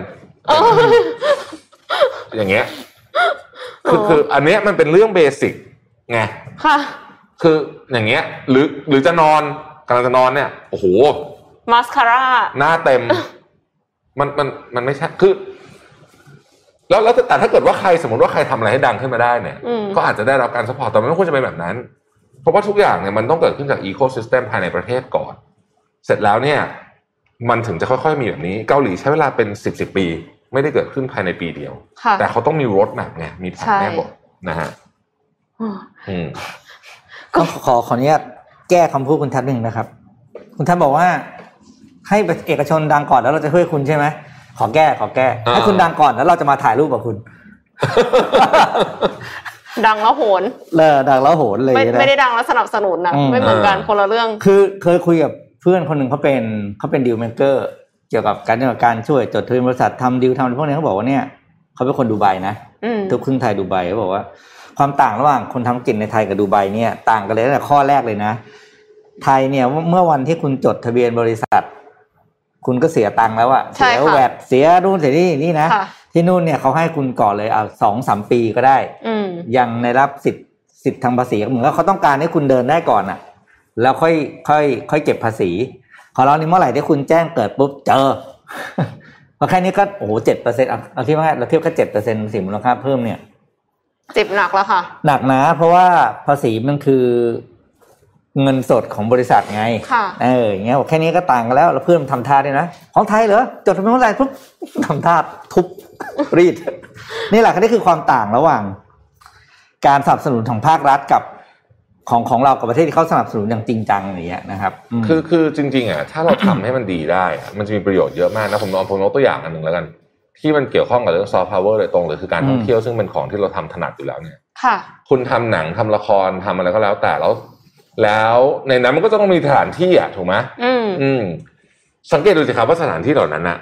อย่างเงี้ยคือคืออันเนี้ยมันเป็นเรื่องเบสิกไงค่ะคืออย่างเงี้ยหรือหรือจะนอนกำลังจะนอนเนี่ยโอ้โหมาสคาร่าหน้าเต็มมันมันมันไม่ใช่คือแล้วแล้วแต่ถ้าเกิดว่าใครสมมติว่าใครทำอะไรให้ดังขึ้นมาได้เนี่ยก็อาจจะได้รับการซัพพอร์ตแต่มันไม่ควรจะเป็นแบบนั้นเพราะว่าทุกอย่างเนี่ยมันต้องเกิดขึ้นจากอีโคซิสเต็มภายในประเทศก่อนเสร็จแล้วเนี่ยมันถึงจะค่อยๆมีแบบนี้เกาหลีใช้เวลาเป็นสิบสิบปีไม่ได้เกิดขึ้นภายในปีเดียวแต่เขาต้องมีโรดแมปไงมีแผนแน่บอกนะฮะก็ขอขออนุญาตแก้คำพูดคุณทัศน์หนึ่งนะครับคุณทัศน์บอกว่าให้เอกชนดังก่อนแล้วเราจะช่วยคุณใช่ไหมขอแก้ขอแก้ให้คุณดังก่อนแล้วเราจะมาถ่ายรูปกับคุณดังแล้วโหนเออดังแล้วโหนเลยไม่ไม่ได้ดังแล้วสนับสนุนนะไม่เหมือนกันคนละเรื่องคือเคยคุยกับเพื่อนคนหนึ่งเขาเป็นเขาเป็นดีลเมเกอร์เกี่ยวกับการเรื่องการช่วยจดทะเบียนบริษัททำดีลทำพวกนี้เขาบอกว่าเนี่ยเขาเป็นคนดูไบนะทุกครึ่งไทยดูไบเขาบอกว่าความต่างระหว่างคนทำธุรกิจในไทยกับดูไบเนี่ยต่างกันเลยตั้งแต่ข้อแรกเลยนะไทยเนี่ยเมื่อวันที่คุณจดทะเบียนบริษัทคุณก็เสียตังค์แล้วอะเสียแวดเสียนู่นเสียนี่นี่นะที่นู่นเนี่ยเขาให้คุณก่อนเลยเอาสองสามปีก็ได้ยังในรับสิทธิ์สิทธิ์ทางภาษีเหมือนกับเขาต้องการให้คุณเดินได้ก่อนอะแล้วค่อยค่อยค่อยเก็บภาษีของเรานี่เมื่อไหร่ที่คุณแจ้งเกิดปุ๊บเจอพอแค่นี้ก็โอ้โหเจ็ดเปอร์เซ็นต์เอาที่ว่าเราเทียบแค่เจ็ดเปอร์เซ็นต์สิมูลค่าเพิ่มเนี่ยเจ็บหนักแล้วค่ะหนักนะเพราะว่าภาษีมันคือเงินสดของบริษัทไงเอออย่างเงี้ยแค่นี้ก็ต่างกันแล้วเราเพิ่มทำท่าด้วยนะของไทยเหรอจดทะเบียนเมื่อไหร่ปุ๊บทำท่าทุบรีดนี่แหละก็นี่คือความต่างระหว่างการสนับสนุนของภาครัฐกับของของเรากับประเทศที่เขาสนับสนุนอย่างจริงจังอย่างเงี้ยนะครับคือคือจริงๆอ่ะถ้าเราทำให้มันดีได้มันจะมีประโยชน์เยอะมากนะผมลองผมยกตัวอย่างอันหนึ่งแล้วกันที่มันเกี่ยวข้องกับเรื่องซอฟต์พาวเวอร์โดยตรงเลยคือการท่องเที่ยวซึ่งเป็นของที่เราทำถนัดอยู่แล้วเนี่ยคุณทำหนังทำละครทำอะไรก็แล้วแต่แล้วแล้วในนั้นมันก็ต้องมีสถานที่อ่ะถูกไหมอืมอืมสังเกตดูสิครับว่าสถานที่เหล่านั้นน่ะ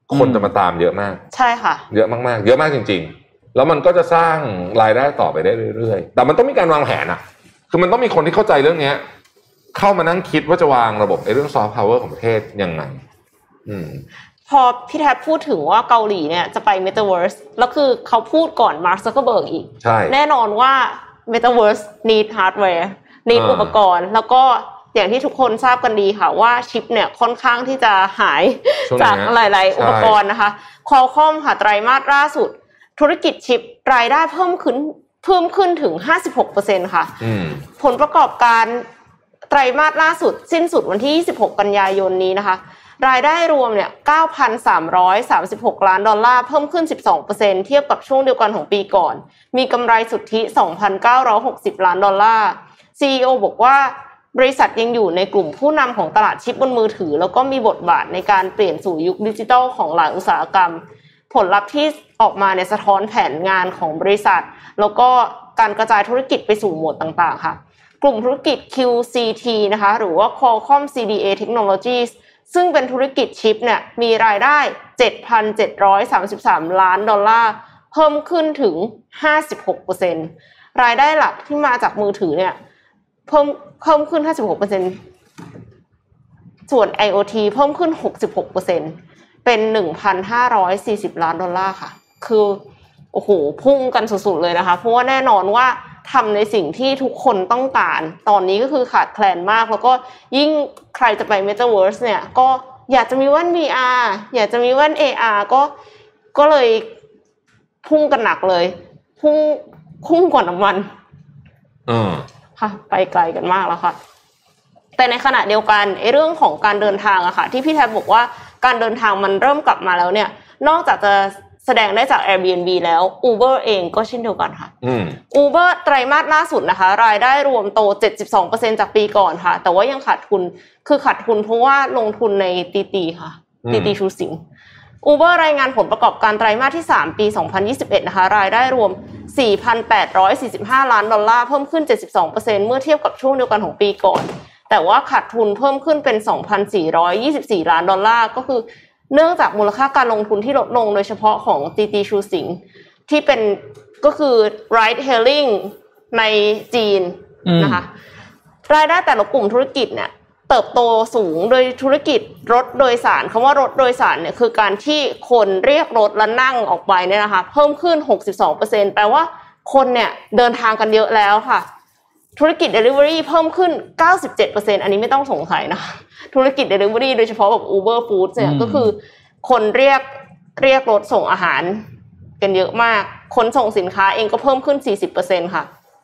คนจะมาตามเยอะมากใช่ค่ะเยอะมากๆเยอะมากจริงๆแล้วมันก็จะสร้างรายได้ต่อไปได้เรื่อยๆแต่มันต้องมีการวางแผนอ่ะคือมันต้องมีคนที่เข้าใจเรื่องนี้เข้ามานั่งคิดว่าจะวางระบบไอ้เรื่องซอฟต์พาวเวอร์ของประเทศยังไงอืมพอพี่แท็บพูดถึงว่าเกาหลีเนี่ยจะไป Metaverse แล้วคือเขาพูดก่อน Mark Zuckerberg อีกแน่นอนว่า Metaverse need hardware need อุปกรณ์แล้วก็อย่างที่ทุกคนทราบกันดีค่ะว่าชิปเนี่ยค่อนข้างที่จะหายจากหลายๆอุปกรณ์นะคะ Qualcomm ค่ะไตรมาสล่าสุดธุรกิจชิปรายได้เพิ่มขึ้นเพิ่มขึ้นถึง ห้าสิบหกเปอร์เซ็นต์ ค่ะผลประกอบการไตรมาสล่าสุดสิ้นสุดวันที่ยี่สิบหกกันยายนนี้นะคะรายได้รวมเนี่ย เก้าพันสามร้อยสามสิบหก ล้านดอลลาร์เพิ่มขึ้น สิบสองเปอร์เซ็นต์ เทียบกับช่วงเดียวกันของปีก่อนมีกำไรสุทธิ สองพันเก้าร้อยหกสิบ ล้านดอลลาร์ ซี อี โอ บอกว่าบริษัทยังอยู่ในกลุ่มผู้นำของตลาดชิปบนมือถือแล้วก็มีบทบาทในการเปลี่ยนสู่ยุคดิจิทัลของหลายอุตสาหกรรมผลลัพธ์ที่ออกมาเนี่ยสะท้อนแผนงานของบริษัทแล้วก็การกระจายธุรกิจไปสู่หมวดต่างๆค่ะกลุ่มธุรกิจ คิว ซี ที นะคะหรือว่า Qualcomm ซี ดี เอ Technologies ซึ่งเป็นธุรกิจชิปเนี่ยมีรายได้ เจ็ดพันเจ็ดร้อยสามสิบสาม ล้านดอลลาร์เพิ่มขึ้นถึง ห้าสิบหกเปอร์เซ็นต์ รายได้หลักที่มาจากมือถือเนี่ยเพิ่มเพิ่มขึ้น ห้าสิบหกเปอร์เซ็นต์ ส่วน ไอ โอ ที เพิ่มขึ้น หกสิบหกเปอร์เซ็นต์ เป็น หนึ่งพันห้าร้อยสี่สิบ ล้านดอลลาร์ค่ะคือโอ้โหพุ่งกันสุดๆเลยนะคะเพราะว่าแน่นอนว่าทำในสิ่งที่ทุกคนต้องการตอนนี้ก็คือขาดแคลนมากแล้วก็ยิ่งใครจะไป Metaverse เนี่ยก็อยากจะมีแว่น วี อาร์ อยากจะมีแว่น เอ อาร์ ก็ก็เลยพุ่งกันหนักเลยพุ่งพุ่งกว่าน้ำมันอืมค่ะไปไกลกันมากแล้วค่ะแต่ในขณะเดียวกันไอ้เรื่องของการเดินทางอะค่ะที่พี่แทบบอกว่าการเดินทางมันเริ่มกลับมาแล้วเนี่ยนอกจากจะแสดงได้จาก Airbnb แล้ว Uber เองก็เช่นเดียวกันค่ะอืม Uber ไตรมาสล่าสุดนะคะรายได้รวมโต เจ็ดสิบสองเปอร์เซ็นต์ จากปีก่อนค่ะแต่ว่ายังขาดทุนคือขาดทุนเพราะว่าลงทุนในตีตีค่ะตีตีชูสิง Uber รายงานผลประกอบการไตรมาสที่สามปีสองพันยี่สิบเอ็ดนะคะรายได้รวม สี่พันแปดร้อยสี่สิบห้า ล้านดอลลาร์เพิ่มขึ้น เจ็ดสิบสองเปอร์เซ็นต์ เมื่อเทียบกับช่วงเดียวกันของปีก่อนแต่ว่าขาดทุนเพิ่มขึ้นเป็น สองพันสี่ร้อยยี่สิบสี่ ล้านดอลลาร์ก็คือเนื่องจากมูลค่าการลงทุนที่ลดลงโดยเฉพาะของตีตีชูสิงที่เป็นก็คือ ride hailing ในจีนนะคะรายได้แต่ละกลุ่มธุรกิจเนี่ยเติบโตสูงโดยธุรกิจรถโดยสารคำว่ารถโดยสารเนี่ยคือการที่คนเรียกรถและนั่งออกไปเนี่ยนะคะเพิ่มขึ้น หกสิบสองเปอร์เซ็นต์ แปลว่าคนเนี่ยเดินทางกันเยอะแล้วค่ะธุรกิจ delivery เพิ่มขึ้น เก้าสิบเจ็ดเปอร์เซ็นต์ อันนี้ไม่ต้องสงสัยนะธุรกิจ delivery โดยเฉพาะแบบ Uber Foods เนี่ยก็คือคนเรียกเรียกรถส่งอาหารกันเยอะมากขนส่งสินค้าเองก็เพิ่มขึ้น สี่สิบเปอร์เซ็นต์ ค่ะ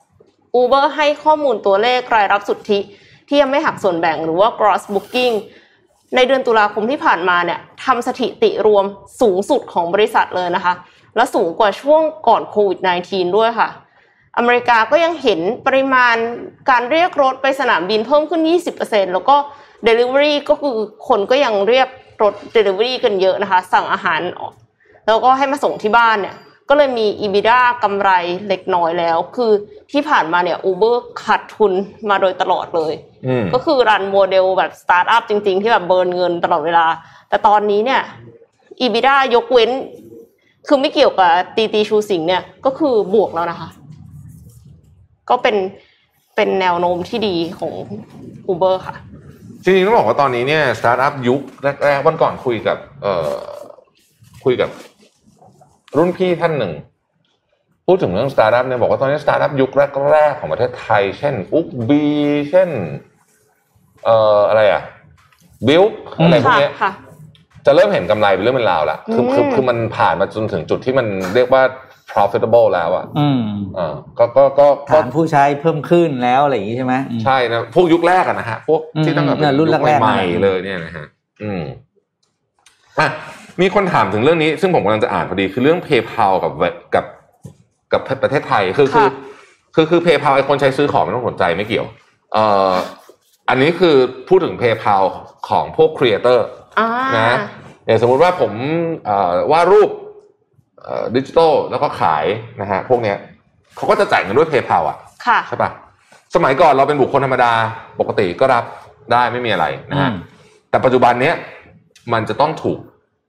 Uber ให้ข้อมูลตัวเลขรายรับสุทธิที่ยังไม่หักส่วนแบ่งหรือว่า gross booking ในเดือนตุลาคมที่ผ่านมาเนี่ยทำสถิติรวมสูงสุดของบริษัทเลยนะคะและสูงกว่าช่วงก่อนโควิด สิบเก้า ด้วยค่ะอเมริกาก็ยังเห็นปริมาณการเรียกรถไปสนามบินเพิ่มขึ้น ยี่สิบเปอร์เซ็นต์ แล้วก็ delivery ก็คือคนก็ยังเรียกรถ delivery กันเยอะนะคะสั่งอาหารแล้วก็ให้มาส่งที่บ้านเนี่ยก็เลยมี อี บี ดี เอ กำไรเล็กน้อยแล้วคือที่ผ่านมาเนี่ย Uber ขาดทุนมาโดยตลอดเลยก็คือรันโมเดลแบบสตาร์ทอัพจริงๆที่แบบเบิร์นเงินตลอดเวลาแต่ตอนนี้เนี่ย อี บี ดี เอ ยกเว้นคือไม่เกี่ยวกับตีตีชูสิงเนี่ยก็คือบวกแล้วนะคะก็เป็นเป็นแนวโน้มที่ดีของ Uber ค่ะจริงๆต้องบอกว่าตอนนี้เนี่ยสตาร์ทอัพยุคแรกๆวันก่อนคุยกับเอ่อคุยกับรุ่นพี่ท่านหนึ่งพูดถึงเรื่องสตาร์ทอัพเนี่ยบอกว่าตอนนี้สตาร์ทอัพยุคแรกๆของประเทศไทยเช่นอุ๊บบีเช่นเอ่ออะไรอ่ะบิลอะไรพวกนี้จะเริ่มเห็นกำไรเป็นเรื่องเป็นราวแล้วคือคือคือมันผ่านมาจนถึงจุดที่มันเรียกว่า profitable แล้วอ่ะอืมอ่าก็ก็ก็ฐานผู้ใช้เพิ่มขึ้นแล้วอะไรอย่างงี้ใช่ไหมใช่นะพวกยุคแรกอะนะฮะพวกที่ตั้งแต่รุ่นแรกๆใหม่เลยเนี่ยนะฮะอืมอ่ะมีคนถามถึงเรื่องนี้ซึ่งผมกำลังจะอ่านพอดีคือเรื่อง PayPal กับกับกับประเทศไทยคือคือคือคือ PayPal ไอ้คนใช้ซื้อของไม่ต้องสนใจไม่เกี่ยวเอ่ออันนี้คือพูดถึง PayPal ของพวก creator นะอย่างสมมุติว่าผมเอ่อวาดรูปเอ่อดิจิทัลแล้วก็ขายนะฮะพวกเนี้ยเขาก็จะจ่ายเงินด้วย PayPal อ่ะใช่ป่ะสมัยก่อนเราเป็นบุคคลธรรมดาปกติก็รับได้ไม่มีอะไรนะฮะแต่ปัจจุบันเนี้ยมันจะต้องถูก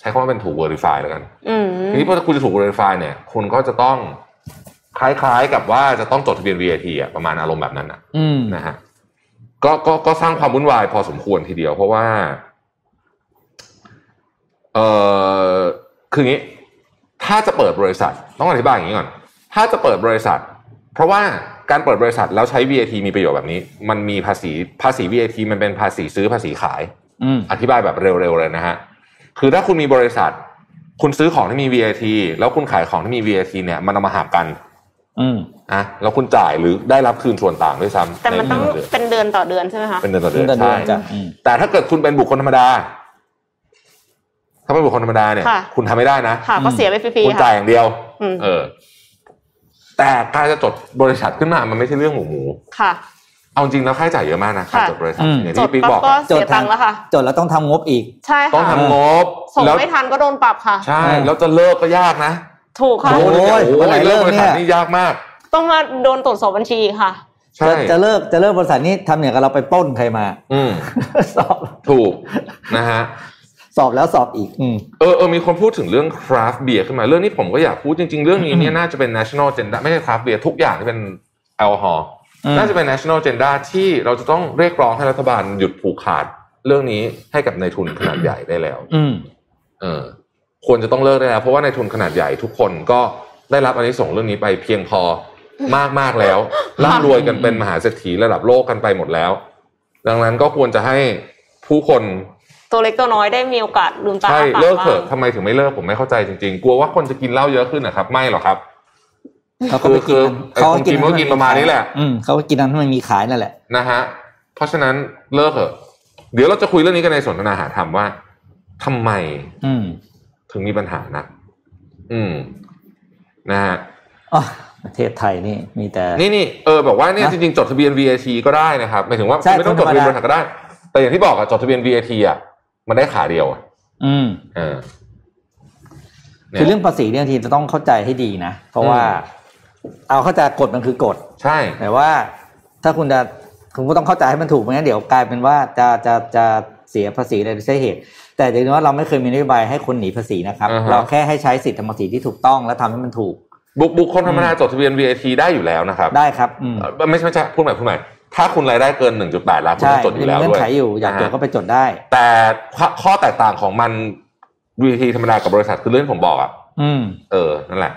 ใช้คำว่าเป็นถูก verify แล้วกันทีนี้พอคุณจะถูก verify เนี่ยคุณก็จะต้องคล้ายๆกับว่าจะต้องจดทะเบียน วี ไอ ที อ่ะประมาณอารมณ์แบบนั้นนะนะฮะก็ก็ก็สร้างความวุ่นวายพอสมควรทีเดียวเพราะว่าเอ่อคืองี้ถ้าจะเปิดบริษัทต้องอธิบายอย่างนี้ก่อนถ้าจะเปิดบริษัทเพราะว่าการเปิดบริษัทแล้วใช้ วี ไอ ที มีประโยชน์แบบนี้มันมีภาษีภาษี วี ไอ ที มันเป็นภาษีซื้อภาษีขายอธิบายแบบเร็วๆเลยนะฮะคือถ้าคุณมีบริษัทคุณซื้อของที่มี วี ไอ ที แล้วคุณขายของที่มี วี ไอ ที เนี่ยมันเอามาหักกันอืมอ่ะแล้วคุณจ่ายหรือได้รับคืนส่วนต่างด้วยซ้ำแต่มันต้องเป็นเดือนต่อเดือนใช่ไหมคะเป็นเดือนต่อเดือนใช่แต่ถ้าเกิดคุณเป็นบุคคลธรรมดาถ้าเป็นบุคคลธรรมดาเนี่ยคุณทำไม่ได้นะค่ะก็เสียไปฟรีๆคุณจ่ายอย่างเดียวเออแต่การจะจดบริษัทขึ้นมามันไม่ใช่เรื่องหมูหมูค่ะเอาจริงแล้วค่าใช้จ่ายเยอะมากนะการจดบริษัทอย่างที่พี่บอกจดตังค์แล้วค่ะจดแล้วต้องทำงบอีกใช่ค่ะต้องทำงบส่งไม่ทันก็โดนปรับค่ะใช่แล้วจะเลิกก็ยากนะถูกค่ะโอ้ยเลิกบริษัทนี่ยากมากต้องมาโดนตรวจสอบบัญชีค่ะใช่จะเลิกจะเลิกบริษัทนี้ทำอย่างกับเราไปปล้นใครมาอืมสอบถูกนะฮะสอบแล้วสอบอีกอืมเออเออมีคนพูดถึงเรื่อง craft beer ขึ้นมาเรื่องนี้ผมก็อยากพูดจริงๆเรื่องนี้เนี่ยน่าจะเป็น national agenda ไม่ใช่ craft beer ทุกอย่างที่เป็นแอลกอฮอล์น่าจะเป็น national agenda ที่เราจะต้องเรียกร้องให้รัฐบาลหยุดผูกขาดเรื่องนี้ให้กับนายทุนขนาดใหญ่ได้แล้วอืมเออควรจะต้องเลิกได้แล้วเพราะว่านายทุนขนาดใหญ่ทุกคนก็ได้รับอานิสงส์เรื่องนี้ไปเพียงพอมากๆแล้วร่ำรวยกันเป็นมหาเศรษฐีระดับโลกกันไปหมดแล้วดังนั้นก็ควรจะให้ผู้คนตัวเล็กตัวน้อยได้มีโอกาสลืมตาใช่เลิกเถอะทำไมถึงไม่เลิกผมไม่เข้าใจจริงๆกลัวว่าคนจะกินเหล้าเยอะขึ้นนะครับไม่หรอกครับคือคือเขากินก็กินประมาณนี้แหละอืมเขากินนั้นมันมีขายนั่นแหละนะฮะเพราะฉะนั้นเลิกเถอะเดี๋ยวเราจะคุยเรื่องนี้กันในสนทนาหาธรรมว่าทำไมอืมถึงมีปัญหานะอืมนะฮะประเทศไทยนี่มีแต่นี่นี่เออบอกว่าเนี่ยจริงๆจดทะเบียน วี ไอ ที ก็ได้นะครับหมายถึงว่าไม่ต้องจดทะเบียนบริษัทก็ได้แต่อย่างที่บอกอะจดทะเบียน วี ไอ ที อ่ะมันได้ขาเดียวอ่ะอืมเออคือเรื่องภาษีเนี่ยทีจะต้องเข้าใจให้ดีนะเพราะว่าเอาเข้าใจกฎมันคือกฎใช่แต่ว่าถ้าคุณจะคุณก็ต้องเข้าใจให้มันถูกไม่งั้นเดี๋ยวกลายเป็นว่าจะจะจะเสียภาษีโดยใช่เหตุแต่จริงๆว่าเราไม่เคยมีนโยบายให้คนหนีภาษีนะครับ uh-huh. เราแค่ให้ใช้สิทธิทางภาษีที่ถูกต้องและทำให้มันถูกบุคบุคคลธรรมดาจดทะเบียน วี ไอ ที ได้อยู่แล้วนะครับได้ครับไม่ใช่ไม่ใช่พูดใหม่พูดใหม่ถ้าคุณรายได้เกิน หนึ่งจุดแปด ล้านคุณต้องจดอยู่แล้วด้วยเงื่อนไขอยู่อยากจดก็ไปจดได้แต่ข้อแตกต่างของมัน วี ไอ ที ธรรมดากับบริษัทคือเรื่องผมบอกอ่ะอืมเออนั่นแหละ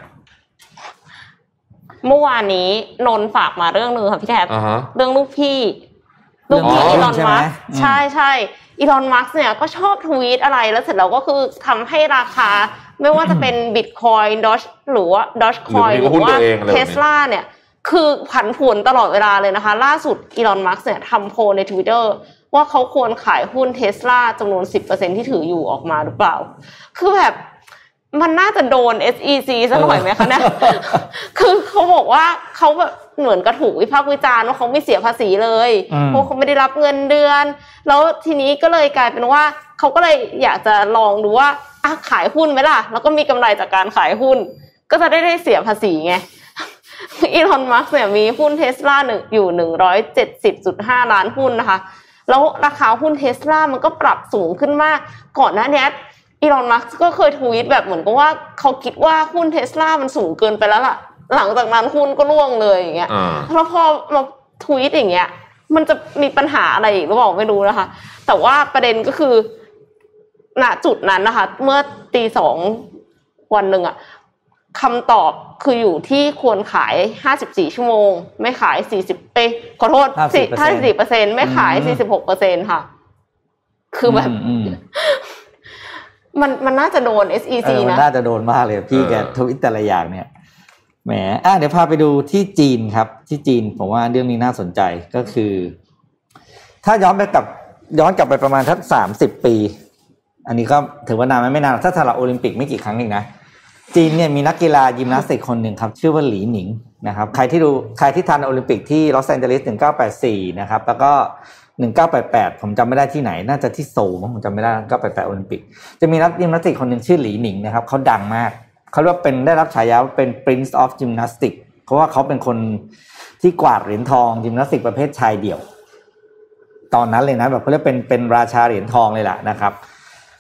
เมื่อวานนี้นนฝากมาเรื่องนึงค่ะพี่แทบ uh-huh. เรื่องลูกพี่ลูกพี่อีลอนมัสก์ใช่ใช่อีลอนมัสก์เนี่ยก็ชอบทวีตอะไรแล้วเสร็จแล้วก็คือทำให้ราคาไม่ว่าจะเป็นบิตคอยน์ดอชหรือว่าดอชคอยน์หรือว่าเทสลาเนี่ยคือผันผวนตลอดเวลาเลยนะคะล่าสุดอีลอนมัสก์เนี่ยทำโพลใน Twitter ว่าเขาควรขายหุ้นเทสลาจำนวน สิบเปอร์เซ็นต์ ที่ถืออยู่ออกมาหรือเปล่าคือแบบมันน่าจะโดน เอส อี ซี ซะหน่อยไหมคะเนี่ยคือเขาบอกว่าเขาแบบเหมือนกระถูกวิพากษ์วิจารณ์ว่าเขาไม่เสียภาษีเลยเพราะเขาไม่ได้รับเงินเดือนแล้วทีนี้ก็เลยกลายเป็นว่าเขาก็เลยอยากจะลองดูว่าอ่ะขายหุ้นไหมล่ะแล้วก็มีกำไรจากการขายหุ้นก็จะได้ได้เสียภาษีไงอีลอนมัสก์เนี่ยมีหุ้น Tesla หนึ่งอยู่ หนึ่งร้อยเจ็ดสิบจุดห้า ล้านหุ้นนะคะแล้วราคาหุ้น Tesla มันก็ปรับสูงขึ้นมากก่อนหน้านี้อีลอนมัสก์ก็เคยทวีตแบบเหมือนกับว่าเขาคิดว่าหุ้น Tesla มันสูงเกินไปแล้วล่ะหลังจากนั้นหุ้นก็ร่วงเลยอย่างเงี้ยแล้วพอมาทวีตอย่างเงี้ยมันจะมีปัญหาอะไรอีกหรือเปล่าไม่รู้นะคะแต่ว่าประเด็นก็คือณจุดนั้นนะคะเมื่อตีสองวันนึงอะคำตอบคืออยู่ที่ควรขายห้าสิบสี่ชั่วโมงไม่ขายสี่สิบเอ้ยขอโทษ ห้าสิบสี่เปอร์เซ็นต์ ไม่ขาย สี่สิบหกเปอร์เซ็นต์ ค่ะคือแบบมันมันน่าจะโดน เอส อี ซี นะมันน่าจะโดนมากเลยพี่แกทวิตแต่ละอย่างเนี่ยแหมอ่ะเดี๋ยวพาไปดูที่จีนครับที่จีนผมว่าเรื่องนี้น่าสนใจก็คือถ้าย้อนไปกับย้อนกลับไปประมาณสักสามสิบปีอันนี้ก็ถือว่านานไม่นานถ้าสำหรับโอลิมปิกไม่กี่ครั้งเองนะจีนเนี่ยมีนักกีฬายิมนาสติกคนหนึ่งครับชื่อว่าหลีหนิงนะครับใครที่ดูใครที่ทันโอลิมปิกที่ลอสแอนเจลิสหนึ่งพันเก้าร้อยแปดสิบสี่นะครับแล้วก็หนึ่งพันเก้าร้อยแปดสิบแปดผมจำไม่ได้ที่ไหนน่าจะที่โซลผมจำไม่ได้หนึ่งพันเก้าร้อยแปดสิบแปดโอลิมปิกจะมีนักยิมนาสติกคนหนึ่งชื่อหลีหนิงนะครับเขาดังมากเขาเรียกว่าเป็นได้รับฉายาว่าเป็น Prince of Gymnastics เพราะว่าเขาเป็นคนที่กวาดเหรียญทองยิมนาสติกประเภทชายเดี่ยวตอนนั้นเลยนะแบบเขาเรียกเป็นเป็นราชาเหรียญทองเลยล่ะนะครับ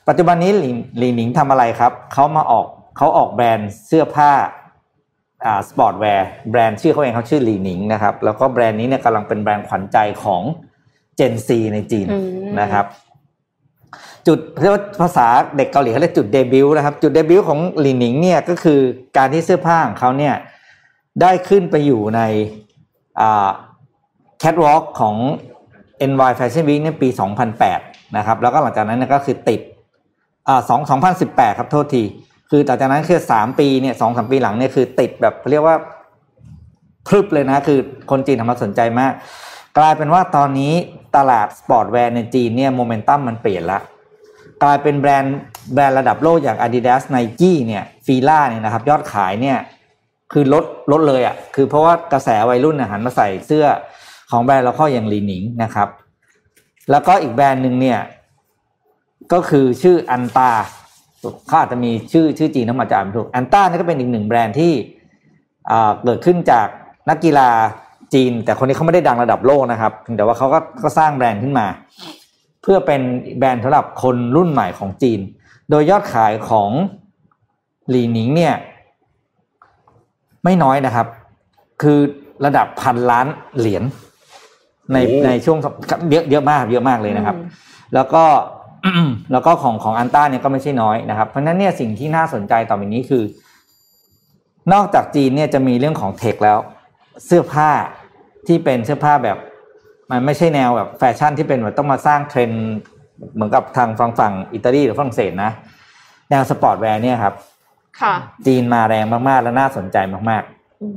ปัจจุบันนี้หลีหลีหนิงทำอะไรครับเขามาออกเขาออกแบรนด์เสื้อผ้าอ่าสปอร์ตแวร์แบรนด์ชื่อเขาเองเขาชื่อหลีหนิงนะครับแล้วก็แบรนด์นี้เนี่ยกำลังเป็นแบรนด์ขวัญใจของ Gen Z ในจีนนะครับจุดเรียกว่าภาษาเด็กเกาหลีเขาเรียกจุดเดบิวต์นะครับจุดเดบิวต์ของหลีหนิงเนี่ยก็คือการที่เสื้อผ้าของเขาเนี่ยได้ขึ้นไปอยู่ในอ่าแคทวอล์กของ เอ็น วาย Fashion Week ในปีสองพันแปดนะครับแล้วก็หลังจากนั้นเนี่ยก็คือติดอ่าสอง สองพันสิบแปดครับโทษทีคือต่อจากนั้นคือสามปีเนี่ย สองสาม ปีหลังเนี่ยคือติดแบบเรียกว่าพรึบเลยนะคือคนจีนทำมาสนใจมากกลายเป็นว่าตอนนี้ตลาดสปอร์ตแวร์ในจีนเนี่ยโมเมนตัมมันเปลี่ยนละกลายเป็นแบรนด์แบรนด์ระดับโลกอย่าง Adidas Nike เนี่ย Fila เนี่ยนะครับยอดขายเนี่ยคือลดลดเลยอ่ะคือเพราะว่ากระแสวัยรุ่นหันมาใส่เสื้อของแบรนด์เราเข้าอย่างหลีหนิงนะครับแล้วก็อีกแบรนด์นึงเนี่ยก็คือชื่ออันตาเขาอาจจะมีชื่อชื่อจีนต้องมาจำถูกอันต้านี่ก็เป็นอีกหนึ่งแบรนด์ที่เกิดขึ้นจากนักกีฬาจีนแต่คนนี้เขาไม่ได้ดังระดับโลกนะครับแต่ว่าเขาก็ก็สร้างแบรนด์ขึ้นมาเพื่อเป็นแบรนด์สำหรับคนรุ่นใหม่ของจีนโดยยอดขายของหลีหนิงเนี่ยไม่น้อยนะครับคือระดับพันล้านเหรียญในในช่วงเยอะเยอะมากเยอะมากเลยนะครับแล้วก็แล้วก็ของของอันต้าเนี่ยก็ไม่ใช่น้อยนะครับเพราะฉะนั้นเนี่ยสิ่งที่น่าสนใจต่อไปนี้คือนอกจากจีนเนี่ยจะมีเรื่องของเทคแล้วเสื้อผ้าที่เป็นเสื้อผ้าแบบมันไม่ใช่แนวแบบแฟชั่นที่เป็นแบบต้องมาสร้างเทรนด์เหมือนกับทางฝั่งฝั่งอิตาลีหรือฝรั่งเศสนะแนวสปอร์ตแวร์เนี่ยครับค่ะจีนมาแรงมากๆและน่าสนใจมาก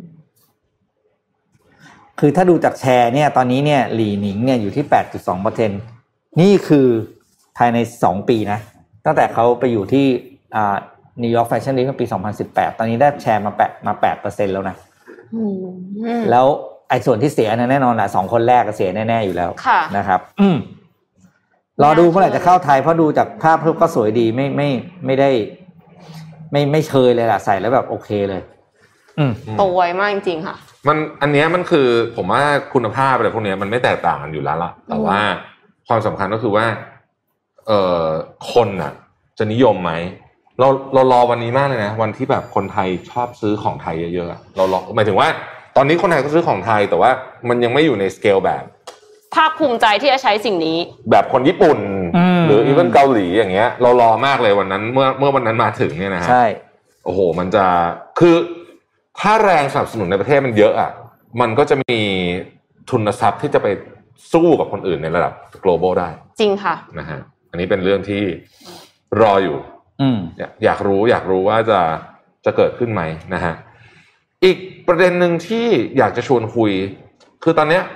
ๆคือถ้าดูจากแชร์เนี่ยตอนนี้เนี่ยหลีหนิงเนี่ยอยู่ที่ แปดจุดสองเปอร์เซ็นต์ นี่คือภายในสองปีนะตั้งแต่เขาไปอยู่ที่อ่า New York Fashion Week ปีสองพันสิบแปดตอนนี้ได้แชร์มาแปะมา แปดเปอร์เซ็นต์ แล้วนะแล้วไอ้ส่วนที่เสียแน่นอนแหละสองคนแรกก็เสียแน่ๆอยู่แล้วนะครับอืมรอดูเมื่อไหร่จะเข้าไทยเพราะดูจากภาพรูปก็สวยดีไม่ไม่ไม่ได้ไม่ไม่เชยเลยล่ะใส่แล้วแบบโอเคเลยอืมโตไวมากจริงๆค่ะมันอันเนี้ยมันคือผมว่าคุณภาพอะไรพวกเนี้ยมันไม่แตกต่างกันอยู่แล้วล่ะแต่ว่าความสำคัญก็คือว่าเอ่อคนน่ะจะนิยมไหมเราเรารอวันนี้มากเลยนะวันที่แบบคนไทยชอบซื้อของไทยเยอะๆเรารอหมายถึงว่าตอนนี้คนไทยก็ซื้อของไทยแต่ว่ามันยังไม่อยู่ในสเกลแบบภาคภูมิใจที่จะใช้สิ่งนี้แบบคนญี่ปุ่นหรืออีเวนเกาหลีอย่างเงี้ยเรารอมากเลยวันนั้นเมื่อเมื่อวันนั้นมาถึงเนี่ยนะฮะใช่โอ้โหมันจะคือถ้าแรงสนับสนุนในประเทศมันเยอะอ่ะมันก็จะมีทุนทรัพย์ที่จะไปสู้กับคนอื่นในระดับ global ได้จริงค่ะนะฮะอันนี้เป็นเรื่องที่รออยู่อืมอยากรู้อยากรู้ว่าจะจะเกิดขึ้นไหมนะฮะอีกประเด็นหนึ่งที่อยากจะชวนคุยคือตอนเนี้ย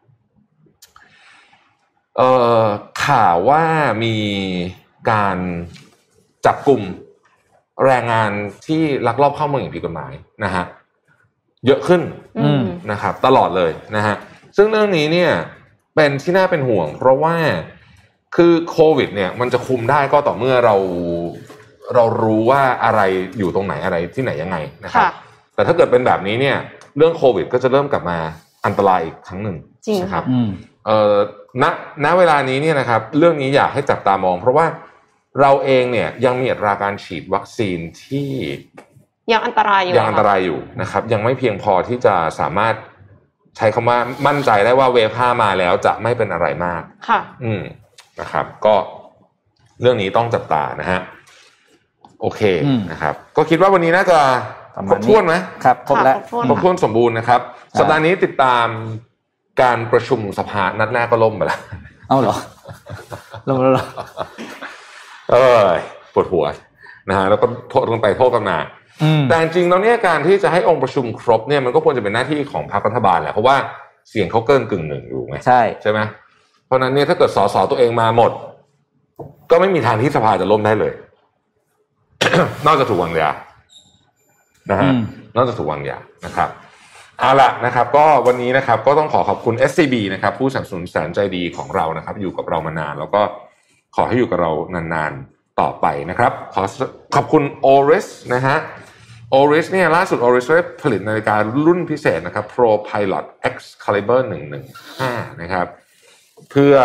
เอ่อข่าวว่ามีการจับกลุ่มแรงงานที่ลักลอบเข้าเมืองอย่างผิดกฎหมายนะฮะเยอะขึ้นนะครับตลอดเลยนะฮะซึ่งเรื่องนี้เนี่ยเป็นที่น่าเป็นห่วงเพราะว่าคือโควิดเนี่ยมันจะคุมได้ก็ต่อเมื่อเราเรารู้ว่าอะไรอยู่ตรงไหนอะไรที่ไหนยังไงนะครับแต่ถ้าเกิดเป็นแบบนี้เนี่ยเรื่องโควิดก็จะเริ่มกลับมาอันตรายอีกครั้งหนึ่งนะครับเอ่อณณเวลานี้เนี่ยนะครับเรื่องนี้อยากให้จับตามองเพราะว่าเราเองเนี่ยยังมีอัตราการฉีดวัคซีนที่ยังอันตรายอยู่ยังอันตรายอยู่นะครับยังไม่เพียงพอที่จะสามารถใช้คำว่ามั่นใจได้ว่าเวฟห้ามาแล้วจะไม่เป็นอะไรมากค่ะอืมนะครับก็เรื่องนี้ต้องจับตานะฮะโอเคนะครับก็คิดว่าวันนี้น่าจะครบถ้วนไหมครับครบแล้วครบถ้วนสมบูรณ์นะครับสัปดาห์นี้ติดตามการประชุมสภานัดแรกก็ล่มไปแล้วเอ้าเหรอล่มแล้วเหรอเออปวดหัวนะฮะแล้วก็โทษกันไปโทษกันมาแต่จริงๆแล้วเนี่ยการที่จะให้องค์ประชุมครบเนี่ยมันก็ควรจะเป็นหน้าที่ของพรรครัฐบาลแหละเพราะว่าเสียงเขาเกินกึ่งหนึ่งอยู่ไงใช่ใช่ไหมเพราะนั้นเนี่ยถ้าเกิดสสตัวเองมาหมดก็ไม่มีทางที่สภาจะล่มได้เลย นอกจากถูกวางยานะฮะนอกจากถูกวางยานะครับเอาล่ะนะครับก็วันนี้นะครับก็ต้องขอขอบคุณ เอส ซี บี นะครับผู้สนับสนุนแสนใจดีของเรานะครับอยู่กับเรามานานแล้วก็ขอให้อยู่กับเรานานๆต่อไปนะครับขอขอบคุณ Oris นะฮะ Oris เนี่ยล่าสุด Oris ได้ผลิตนาฬิการุ่นพิเศษนะครับ Pro Pilot Excalibur หนึ่งหนึ่งห้านะครับเพื่อ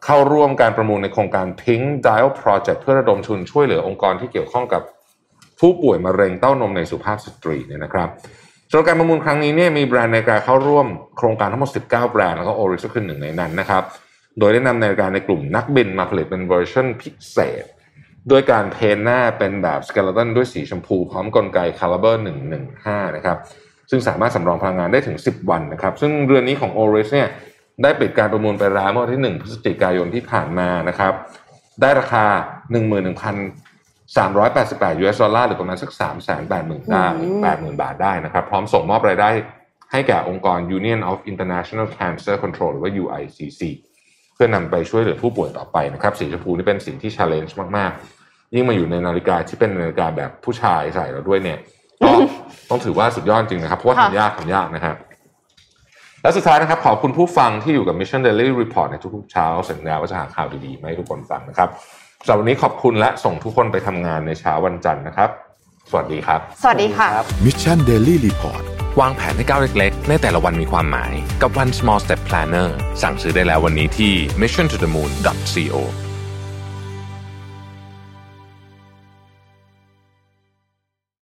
เข้าร่วมการประมูลในโครงการ Pink Dial Project เพื่อระดมทุนช่วยเหลือองค์กรที่เกี่ยวข้องกับผู้ป่วยมะเร็งเต้านมในสุภาพสตรีเนี่ยนะครับสำหรับการประมูลครั้งนี้เนี่ยมีแบรนด์นาฬิกาเข้าร่วมโครงการทั้งหมดสิบเก้าแบรนด์แล้วก็ Oris ก็คือหนึ่งในนั้นนะครับโดยได้นำนาฬิกาในกลุ่มนักบินมาผลิตเป็นเวอร์ชันพิเศษด้วยการเพ้นหน้าเป็นแบบสเกเลตันด้วยสีชมพูพร้อมกลไก Caliber หนึ่งหนึ่งห้านะครับซึ่งสามารถสำรองพลังงานได้ถึงสิบวันนะครับซึ่งเรือนนี้ของ Oris เนี่ยได้ปิดการประมูลไปแล้วเมื่อวันที่หนึ่งพฤศจิกายนที่ผ่านมานะครับได้ราคา หนึ่งหมื่นหนึ่งพันสามร้อยแปดสิบแปด ยู เอส ดอลลาร์หรือประมาณสัก สามแสนแปดหมื่น ได้ แปดหมื่น บาทได้นะครับพร้อมส่งมอบรายได้ให้แก่องค์กร Union of International Cancer Control หรือว่า ยู ไอ ซี ซี เพื่อนำไปช่วยเหลือผู้ป่วยต่อไปนะครับสีชมพูนี่เป็นสีที่ challenge มากๆยิ่งมาอยู่ในนาฬิกาที่เป็นนาฬิกาแบบผู้ชายใส่แล้วด้วยเนี่ยก็ต้องถือว่าสุดยอดจริงนะครับเพราะว่าทำยากทำยากนะครับและสุดท้ายนะครับขอบคุณผู้ฟังที่อยู่กับ Mission Daily Report ในทุกๆเช้าสัญญาว่าจะหาข่าวดีๆมาให้ทุกคนฟังนะครับสำหรับวันนี้ขอบคุณและส่งทุกคนไปทำงานในเช้าวันจันทร์นะครับสวัสดีครับสวัสดีค่ะ Mission Daily Report วางแผนให้ก้าวเล็กๆในแต่ละวันมีความหมายกับ One Small Step Planner สั่งซื้อได้แล้ววันนี้ที่ มิชชั่น ทู เดอะ มูน ดอท ซี โอ